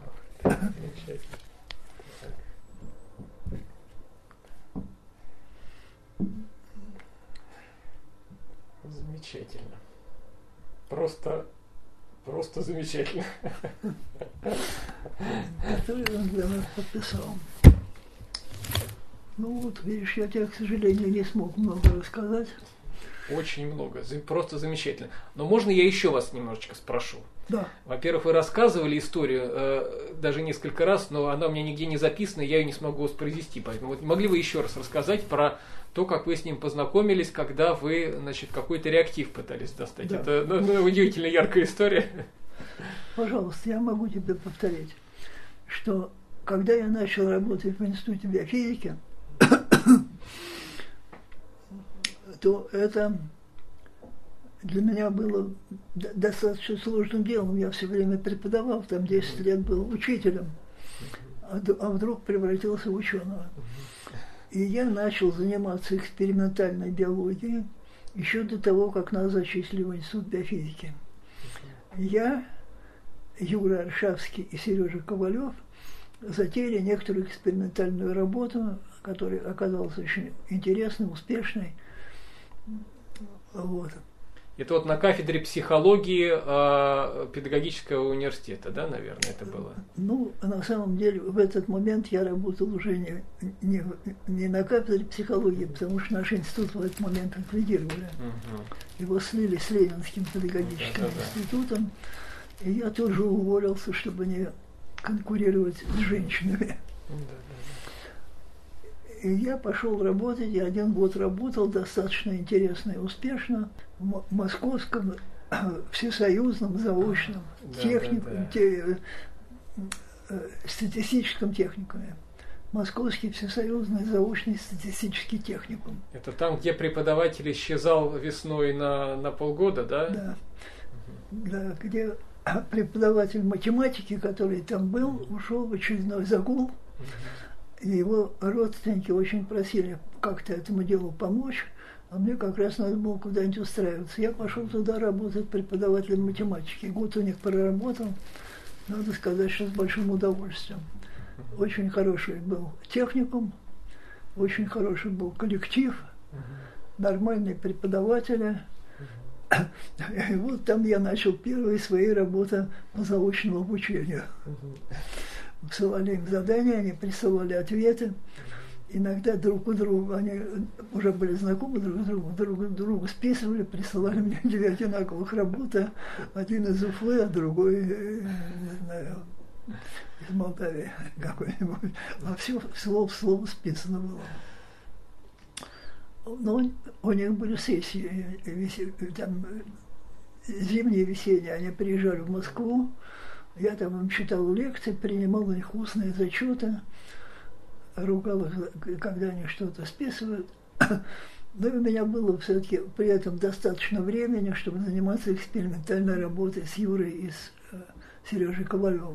Замечательно. Просто, просто замечательно. Который он для нас подписал. Ну вот, видишь, я тебе, к сожалению, не смог много рассказать. Очень много, просто замечательно. Но можно я еще вас немножечко спрошу? Да. Во-первых, вы рассказывали историю э, даже несколько раз, но она у меня нигде не записана, я ее не смогу воспроизвести. Поэтому вот могли вы еще раз рассказать про то, как вы с ним познакомились, когда вы, значит, какой-то реактив пытались достать? Да. Это ну, ну, удивительно яркая история. Пожалуйста, я могу тебе повторить, что когда я начал работать в Институте биофизики, то это для меня было достаточно сложным делом. Я все время преподавал, там десять лет был учителем, а вдруг превратился в ученого. И я начал заниматься экспериментальной биологией еще до того, как нас зачислили в Институт биофизики. Я, Юра Аршавский и Сережа Ковалев затеяли некоторую экспериментальную работу, которая оказалась очень интересной, успешной. Вот. Это вот на кафедре психологии э, педагогического университета, да, наверное, это было? Ну, на самом деле, в этот момент я работал уже не, не, не на кафедре психологии, потому что наш институт в этот момент ликвидировали. Угу. Его слили с Ленинским педагогическим да, да, институтом, да. И я тут же уволился, чтобы не конкурировать с женщинами. Да, да. И я пошел работать, и один год работал достаточно интересно и успешно в Московском всесоюзном заочном да, технику, да, да. Те, э, статистическом техникуме. Московский всесоюзный заочный статистический техникум. Это там, где преподаватель исчезал весной на, на полгода, да? Да. Угу. Да, где преподаватель математики, который там был, ушел в очередной загул. Угу. И его родственники очень просили как-то этому делу помочь, а мне как раз надо было куда-нибудь устраиваться. Я пошел туда работать преподавателем математики. Год у них проработал, надо сказать, что с большим удовольствием. Очень хороший был техникум, очень хороший был коллектив, нормальные преподаватели. И вот там я начал первые свои работы по заочному обучению. Посылали им задания, они присылали ответы. Иногда друг у друга, они уже были знакомы друг с другом, друг другу списывали, присылали мне две одинаковых работы. Один из Уфы, а другой, не знаю, из Молдавии какой-нибудь. А все слово в слово списано было. Но у них были сессии, там, зимние, весенние, они приезжали в Москву, я там им читал лекции, принимал у них устные зачеты, ругал их, когда они что-то списывают. Но у меня было все-таки при этом достаточно времени, чтобы заниматься экспериментальной работой с Юрой и с Сережей Ковалевым.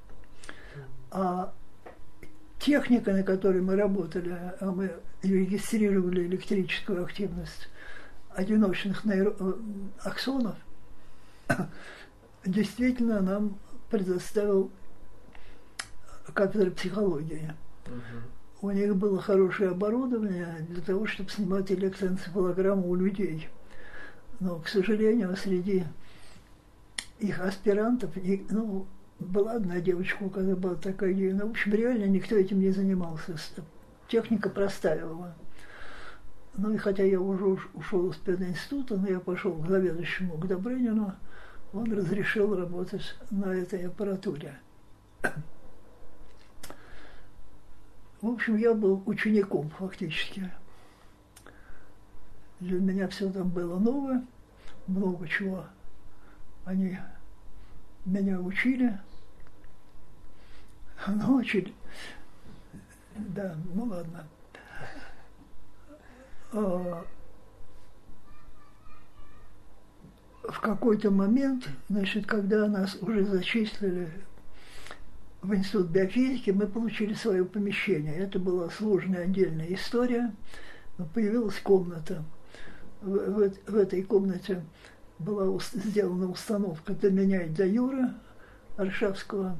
А техника, на которой мы работали, а мы регистрировали электрическую активность одиночных нейро- аксонов, действительно нам предоставил кафедра психологии. Uh-huh. У них было хорошее оборудование для того, чтобы снимать электроэнцефалограмму у людей. Но, к сожалению, среди их аспирантов, ну, была одна девочка, у которой была такая идея, но, в общем, реально никто этим не занимался. Техника простаивала. Ну и хотя я уже ушел из пединститута, но я пошел к заведующему, к Добрынину, он разрешил работать на этой аппаратуре. В общем, я был учеником фактически. Для меня все там было новое, много чего они меня учили. Ну, очень, да, ну ладно. А, в какой-то момент, значит, когда нас уже зачислили в институт биофизики, мы получили свое помещение. Это была сложная отдельная история. Но появилась комната. В, в, в этой комнате была сделана установка для меня и для Юры Аршавского.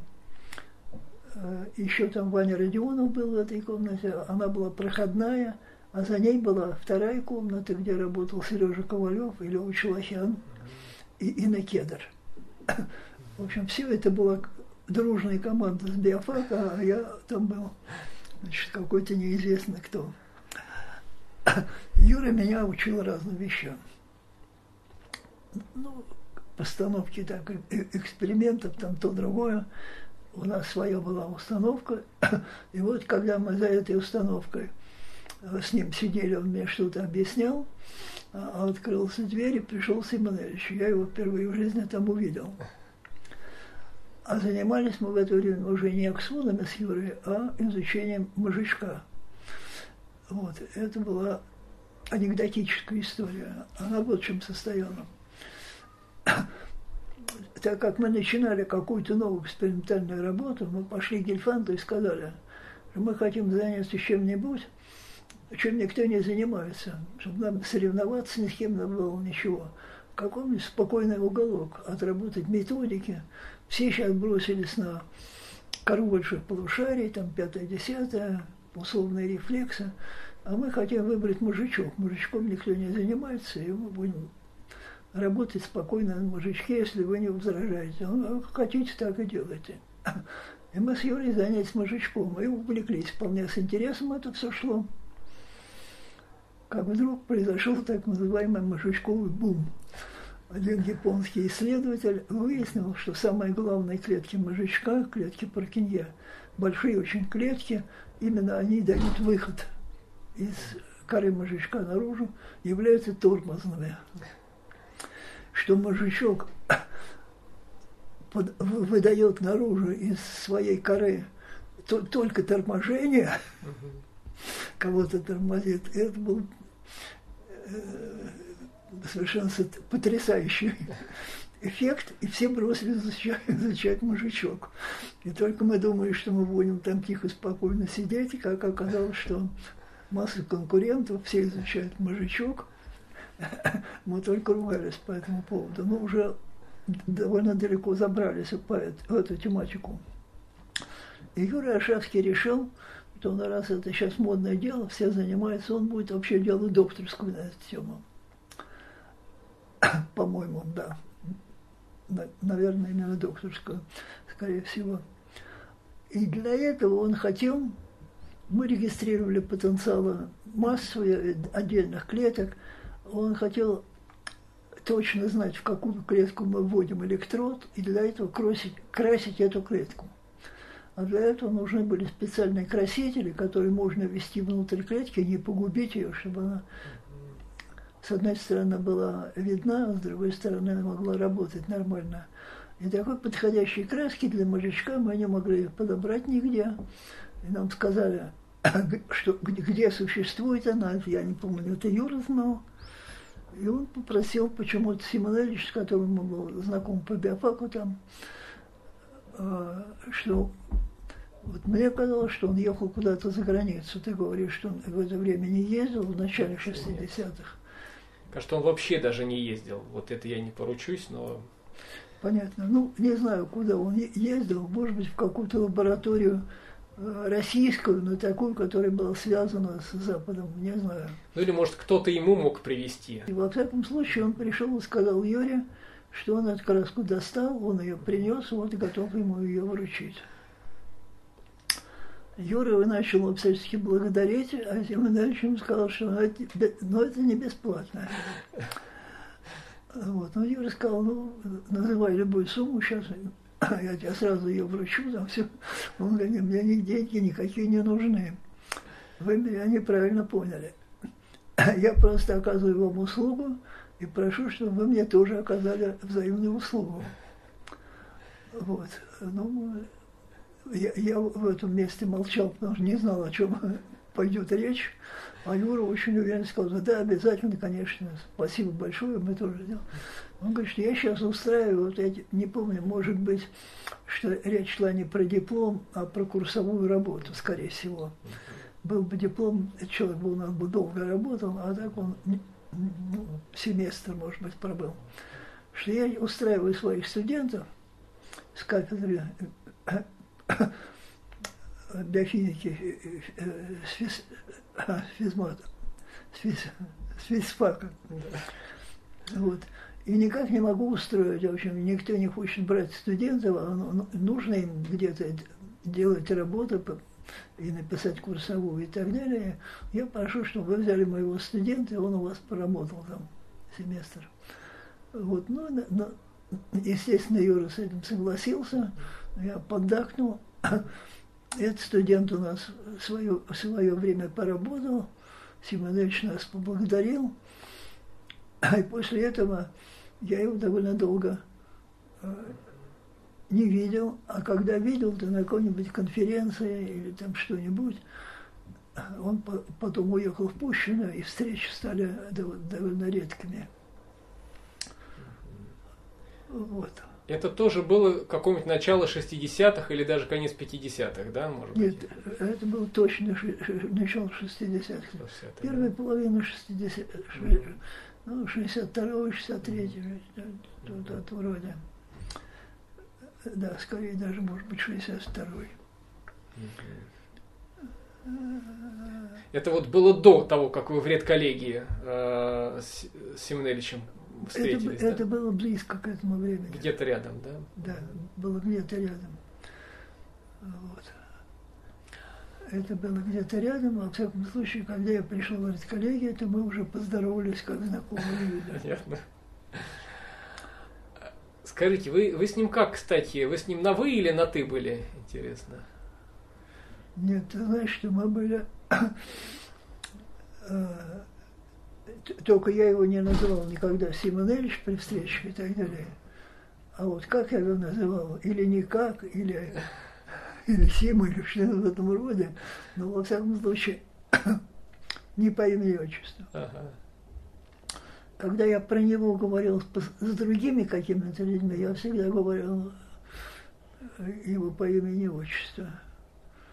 Еще там Ваня Родионов был в этой комнате. Она была проходная, а за ней была вторая комната, где работал Сережа Ковалев и Лёва Челохян и Инна Кедр. В общем, все это была дружная команда с биофака, а я там был, значит, какой-то неизвестный кто. Юра меня учил разным вещам. Ну, постановки так, экспериментов, там то другое. У нас своя была установка. И вот, когда мы за этой установкой с ним сидели, он мне что-то объяснял, а открылся дверь, и пришел Симонович. Я его впервые в жизни там увидел. А занимались мы в это время уже не аксонами с Юрой, а изучением мозжечка. Вот, это была анекдотическая история. Она вот в чем состояла. Так как мы начинали какую-то новую экспериментальную работу, мы пошли к Гельфанду и сказали, что мы хотим заняться чем-нибудь, чем никто не занимается, чтобы нам соревноваться ни с кем не было ничего. Какой-нибудь спокойный уголок, отработать методики. Все сейчас бросились на кору больших полушарий, там пятое-десятое, условные рефлексы. А мы хотим выбрать мозжечок. Мозжечком никто не занимается, и мы будем работать спокойно на мозжечке, если вы не возражаете. Ну, как хотите, так и делайте. И мы с Юрой занялись мозжечком, и увлеклись. Вполне с интересом это все шло. Как вдруг произошел так называемый мозжечковый бум. Один японский исследователь выяснил, что самые главные клетки мозжечка, клетки Пуркинье, большие очень клетки, именно они дают выход из коры мозжечка наружу, являются тормозными. Что мозжечок под, выдает наружу из своей коры то, только торможение, кого-то тормозит. Это был э, совершенно потрясающий эффект, и все бросились изучать, изучать мозжечок. И только мы думали, что мы будем там тихо, спокойно сидеть, и как оказалось, что масса конкурентов, все изучают мозжечок. Мы только ругались по этому поводу, но уже довольно далеко забрались в эту тематику. И Юрий Ошавский решил, что ну, раз это сейчас модное дело, все занимаются, он будет вообще делать докторскую на эту тему. По-моему, да. Наверное, именно докторскую, скорее всего. И для этого он хотел, мы регистрировали потенциалы массовые отдельных клеток, он хотел точно знать, в какую клетку мы вводим электрод, и для этого красить, красить эту клетку. А для этого нужны были специальные красители, которые можно ввести внутрь клетки, не погубить ее, чтобы она, с одной стороны, была видна, а с другой стороны, она могла работать нормально. И такой подходящей краски для мозжечка мы не могли подобрать нигде. И нам сказали, что где существует она, я не помню, это Юра знал. И он попросил почему-то Симоневич, с которым он был знаком по биофаку там, что вот мне казалось, что он ехал куда-то за границу. Ты говоришь, что он в это время не ездил в начале шестидесятых. Кажется, он вообще даже не ездил. Вот это я не поручусь, но... Понятно. Ну, не знаю, куда он ездил. Может быть, в какую-то лабораторию российскую, но такую, которая была связана с Западом, не знаю. Ну или, может, кто-то ему мог привезти. И во всяком случае, он пришел и сказал Юре, что он эту краску достал, он ее принес, вот и готов ему ее вручить. Юра начал всячески благодарить, а Симонович ему сказал, что ну, это, ну, это не бесплатно. Вот. Но Юра сказал, ну, называй любую сумму, сейчас я тебе сразу ее вручу, там все. Он говорит, мне ни деньги никакие не нужны. Вы меня неправильно поняли. Я просто оказываю вам услугу и прошу, чтобы вы мне тоже оказали взаимную услугу. Вот. Ну, я, я в этом месте молчал, потому что не знал, о чем пойдет речь. А Юра очень уверенно сказал, да, обязательно, конечно, спасибо большое, мы тоже делаем. Он говорит, что я сейчас устраиваю, вот эти, не помню, может быть, что речь шла не про диплом, а про курсовую работу, скорее всего. Был бы диплом, человек бы у нас бы долго работал, а так он ну, семестр, может быть, пробыл. Что я устраиваю своих студентов с кафедры биохимики, с, физ, а, с физмата, с, физ, с физфака. Вот. И никак не могу устроить, в общем, никто не хочет брать студентов, а нужно им где-то делать работу и написать курсовую и так далее. Я прошу, чтобы вы взяли моего студента, и он у вас поработал там семестр. Вот, ну, но, естественно, Юра с этим согласился, я поддакнул. Этот студент у нас в свое, в свое время поработал, Симонович нас поблагодарил, и после этого я его довольно долго э, не видел, а когда видел, то на какой-нибудь конференции или там что-нибудь, он по потом уехал в Пущино, и встречи стали довольно редкими. Вот. Это тоже было какое-нибудь начало шестидесятых или даже конец пятидесятых, да, может быть? Нет, это было точно начало шестидесятых. Первая половина шестидесятых, ну, шестьдесят второй, шестьдесят третий, что-то вроде. Да, скорее даже, может быть, шестьдесят второй. Это вот было до того, как вы в редколлегии э, с Симоневичем встретились, это, да? это было близко к этому времени. Где-то рядом, да? Да, было где-то рядом. Вот. Это было где-то рядом, во всяком случае, когда я пришел в редколлегию, то мы уже поздоровались как знакомые люди. Понятно. Скажите, вы, вы с ним как, кстати, вы с ним на «вы» или на «ты» были, интересно? Нет, ты знаешь, что мы были... Только я его не называл никогда Симоневич при встрече и так далее. А вот как я его называл, или никак, или, или Сима, или что-то в этом роде, но во всяком случае не по имени и отчеству. Ага. Когда я про него говорил с, с другими какими-то людьми, я всегда говорил его по имени и отчеству.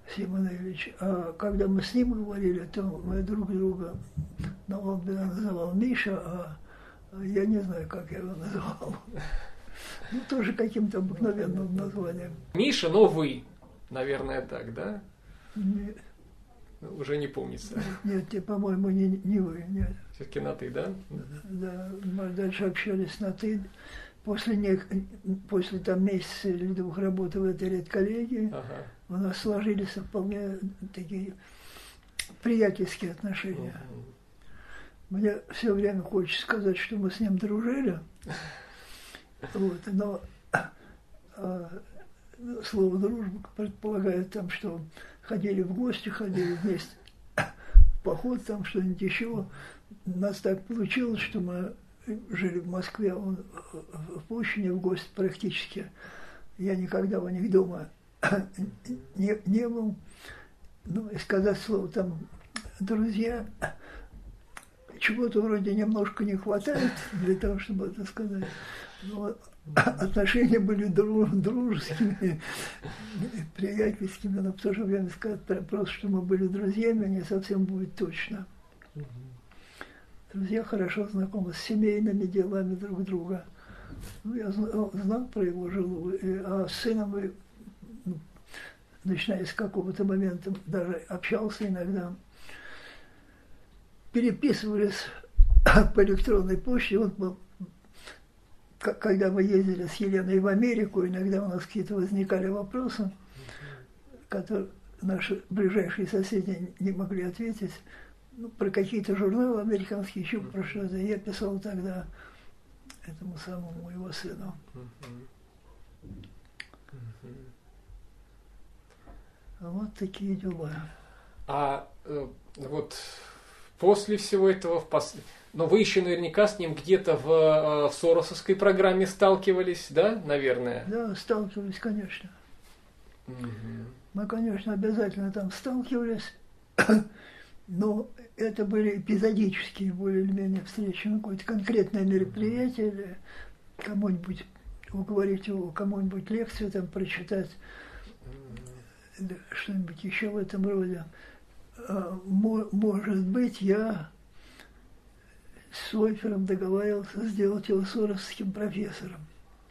Симонович. А когда мы с ним говорили, то мы друг друга, ну, он меня называл Миша, а я не знаю, как я его называл. Ну, тоже каким-то обыкновенным названием. Миша, но вы, наверное, так, да? Нет. Уже не помнится. Нет, нет, по-моему, не, не вы, нет. Все-таки на ты, да? Да, мы дальше общались на ты. После, не, после там месяца или двух работы в этой редколлегии ага. у нас сложились вполне такие приятельские отношения. Угу. Мне все время хочется сказать, что мы с ним дружили. Вот, но а, слово «дружба» предполагает там, что ходили в гости, ходили вместе в поход, там что-нибудь еще. У нас так получилось, что мы жили в Москве, он в Пущине в гости практически. Я никогда у них дома не, не был. Ну, и сказать слово там «друзья», чего-то вроде немножко не хватает для того, чтобы это сказать. Но отношения были дружескими, приятельскими, но в то же время сказать просто, что мы были друзьями, не совсем будет точно. Друзья хорошо знакомы с семейными делами друг друга. Ну, я знал, знал про его жену, а с сыном, ну, начиная с какого-то момента, даже общался иногда. Переписывались по электронной почте. Он был, когда мы ездили с Еленой в Америку, иногда у нас какие-то возникали вопросы, которые наши ближайшие соседи не могли ответить. Ну, про какие-то журналы американские, еще про что-то. Я писал тогда этому самому его сыну. Вот такие дела. А э, вот после всего этого, в пос... но вы еще наверняка с ним где-то в, в Соросовской программе сталкивались, да, наверное? Да, сталкивались, конечно. Угу. Мы, конечно, обязательно там сталкивались, но это были эпизодические более или менее встречи, ну, какое-то конкретное мероприятие, или кому-нибудь уговорить его, кому-нибудь лекцию там прочитать, или что-нибудь еще в этом роде. Может быть, я с Сойфером договаривался сделать его соросовским профессором.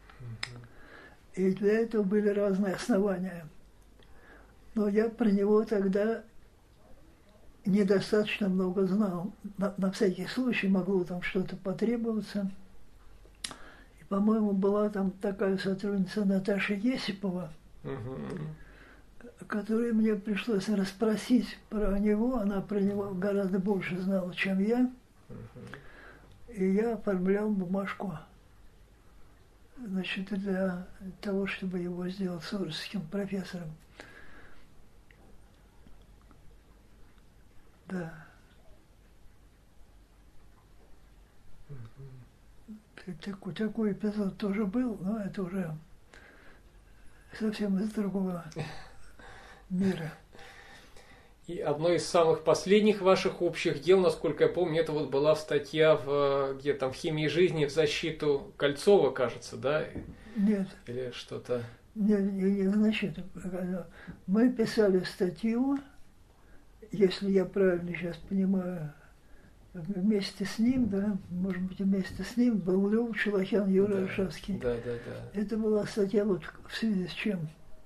И для этого были разные основания. Но я про него тогда недостаточно много знал. На, на всякий случай могло там что-то потребоваться. И, по-моему, была там такая сотрудница Наташа Есипова, uh-huh. которой мне пришлось расспросить про него. Она про него гораздо больше знала, чем я. Uh-huh. И я оформлял бумажку, значит, для того, чтобы его сделать соросовским профессором. Да. Такой, такой эпизод тоже был, но это уже совсем из другого мира. И одно из самых последних ваших общих дел, насколько я помню, это вот была статья в, где там в «Химии жизни» в защиту Кольцова, кажется, да? Нет. Или что-то? Нет, не, не в защиту. Мы писали статью, если я правильно сейчас понимаю, вместе с ним, да, может быть, вместе с ним был Лев Челохян, Юра да, Аршавский. Да, да, да. Это была статья вот в связи с чем?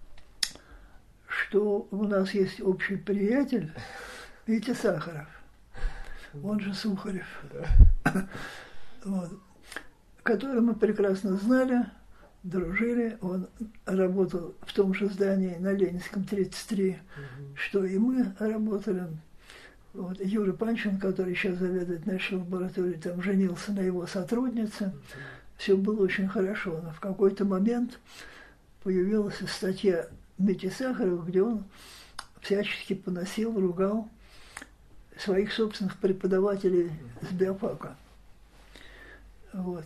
Что у нас есть общий приятель Витя Сахаров, он же Сухарев, да. Вот, которого мы прекрасно знали, дружили. Он работал в том же здании на Ленинском тридцать три, угу. что и мы работали. Вот, Юра Панчин, который сейчас заведует нашей лабораторией, там женился на его сотруднице. Угу. Все было очень хорошо. Но в какой-то момент появилась статья Мити Сахарова, где он всячески поносил, ругал своих собственных преподавателей с биофака. Вот.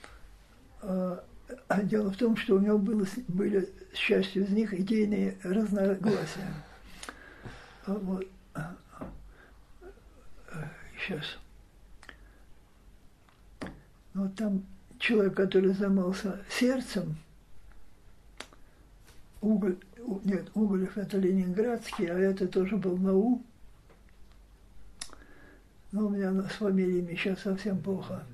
А дело в том, что у него было, были с частью из них идейные разногласия. Вот. Сейчас. Вот там человек, который занимался сердцем, Уголь, нет, Уголев это ленинградский, а это тоже был на У. Но у меня с фамилиями сейчас совсем плохо.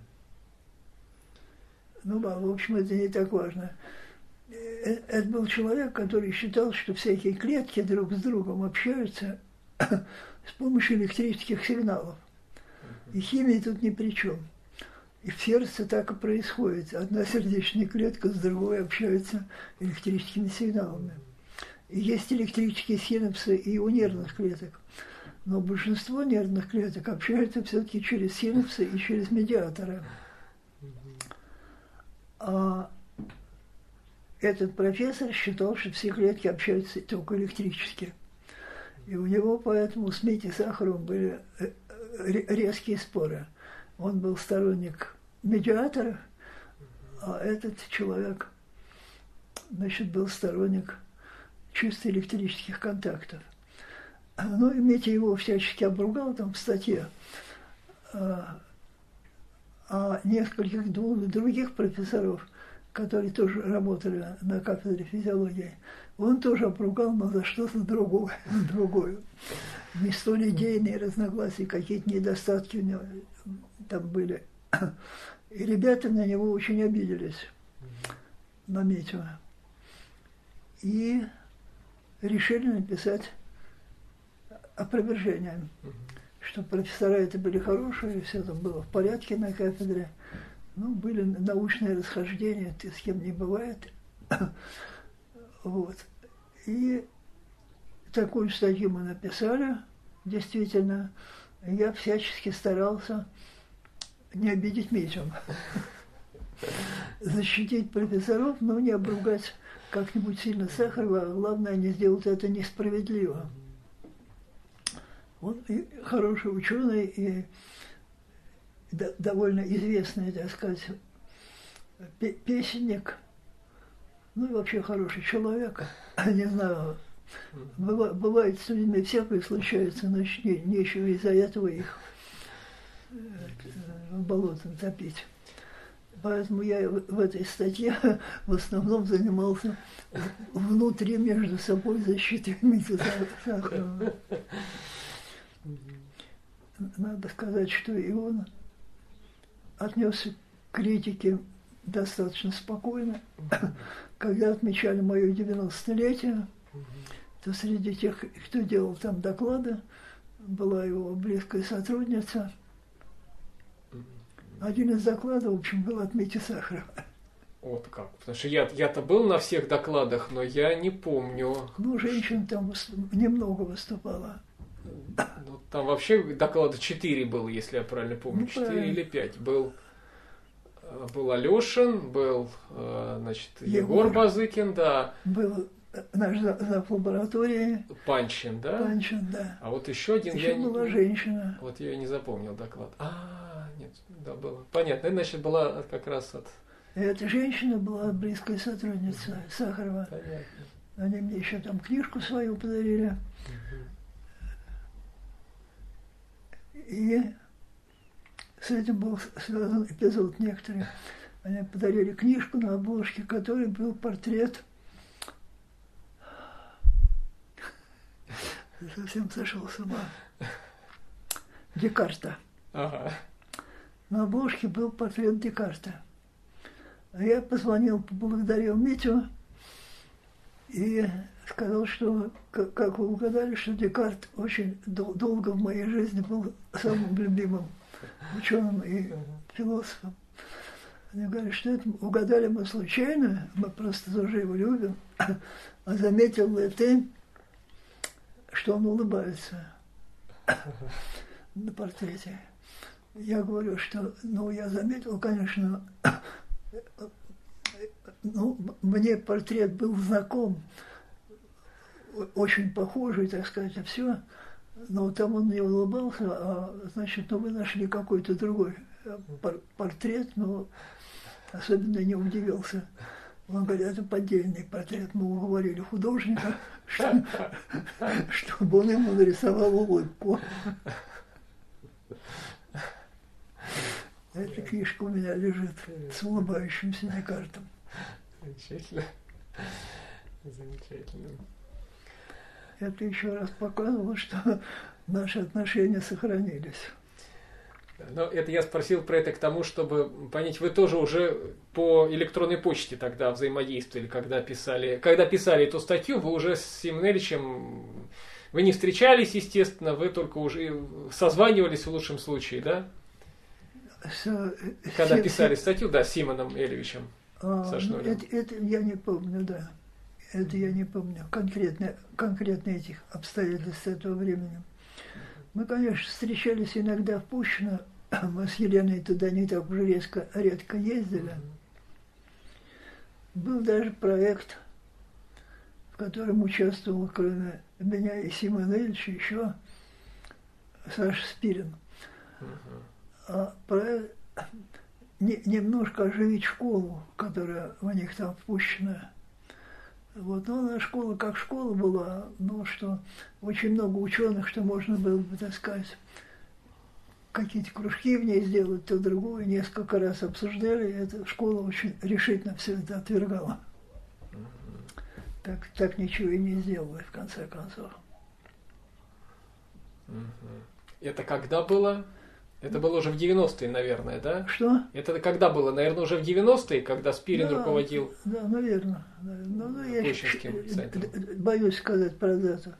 Ну, в общем, это не так важно. Это был человек, который считал, что всякие клетки друг с другом общаются с помощью электрических сигналов. И химия тут ни при чем. И в сердце так и происходит. Одна сердечная клетка с другой общается электрическими сигналами. И есть электрические синапсы и у нервных клеток. Но большинство нервных клеток общаются все-таки через синапсы и через медиаторы. А этот профессор считал, что все клетки общаются только электрически. И у него поэтому с Митей Сахаровым были резкие споры. Он был сторонник медиаторов, а этот человек, значит, был сторонник чисто электрических контактов. Ну, и Митя его всячески обругал там в статье. А, а нескольких других профессоров, которые тоже работали на кафедре физиологии, он тоже обругал, но за что-то другое. другое. Не столь идейные разногласия, какие-то недостатки у него там были. И ребята на него очень обиделись, на Митю. И решили написать опровержение, что профессора это были хорошие, все там было в порядке на кафедре. Ну, были научные расхождения, ты с кем не бывает. Вот. И такую статью мы написали, действительно. Я всячески старался не обидеть Митю. Защитить профессоров, но не обругать как-нибудь сильно Сахарова, а главное, не сделать это несправедливо. Он и хороший ученый, и довольно известный, так сказать, песенник, ну и вообще хороший человек. Не знаю, бывает с людьми всякое случается, значит, не, нечего из-за этого их в болото топить. Поэтому я в этой статье в основном занимался внутри между собой защитой Мити Сахарова. Надо сказать, что и он отнесся к критике достаточно спокойно. Когда отмечали мое девяностолетие, то среди тех, кто делал там доклады, была его близкая сотрудница. Один из докладов, в общем, был от Мити Сахарова. Вот как. Потому что я, я-то был на всех докладах, но я не помню. Ну, женщин там немного выступало. Ну, там вообще доклада четыре было, если я правильно помню. четыре ну, или пять. Был, был Алешин, был, значит, Егор, Егор Базыкин, да. Был наш зав. Лаборатории. Панчин, да? Панчин, да. А вот еще один... Еще я была не... женщина. Вот я не запомнил доклад. А, нет, да, было. Понятно, это, значит, была как раз от... Эта женщина была близкая сотрудница mm-hmm. Сахарова. Понятно. Они мне еще там книжку свою подарили. Mm-hmm. И с этим был связан эпизод некоторый. Они подарили книжку, на обложке которой был портрет. Я совсем сошел с ума. Декарта. Ага. На обложке был портрет Декарта. Я позвонил, поблагодарил Митю и сказал, что, как, как вы угадали, что Декарт очень дол- долго в моей жизни был самым любимым ученым и философом. Они говорят, что это угадали мы случайно, мы просто тоже его любим. А заметил ли ты, что он улыбается на портрете? Я говорю, что, ну, я заметил, конечно, ну, мне портрет был знаком, очень похожий, так сказать, а все, но там он не улыбался, а, значит, ну, вы нашли какой-то другой пор- портрет, но особенно не удивился. Он говорит, это поддельный портрет, мы уговорили художника, что, чтобы он ему нарисовал улыбку. Эта книжка у меня лежит с улыбающимся Декартом. Замечательно. Замечательно. Это еще раз показывало, что наши отношения сохранились. Но это я спросил про это к тому, чтобы понять, вы тоже уже по электронной почте тогда взаимодействовали, когда писали, когда писали эту статью, вы уже с Симонеличем, вы не встречались, естественно, вы только уже созванивались в лучшем случае, да? С, когда с, писали с... статью, да, с Симоном Элевичем. А, это, это я не помню, да. Это я не помню конкретно, конкретно этих обстоятельств этого времени. Мы, конечно, встречались иногда в Пущино. Мы с Еленой туда не так уже резко, редко ездили. Был даже проект, в котором участвовал, кроме меня и Симона Ильича, еще Саша Спирин. А проект не, немножко оживить школу, которая у них там в Пущино. Вот, ну, она школа как школа была, но что очень много ученых, что можно было бы, так сказать, какие-то кружки в ней сделать, то другое, несколько раз обсуждали, и эта школа очень решительно все это отвергала. Так, так ничего и не сделала, в конце концов. Это когда было? Это было уже в девяностые, наверное, да? Что? Это когда было? Наверное, уже в девяностые, когда Спирин да, руководил да, наверное. Но, ну, я центром. Боюсь сказать про дату.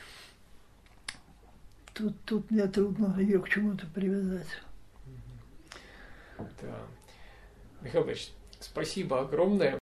Тут, тут мне трудно ее к чему-то привязать. Да. Михаил Ильич, спасибо огромное.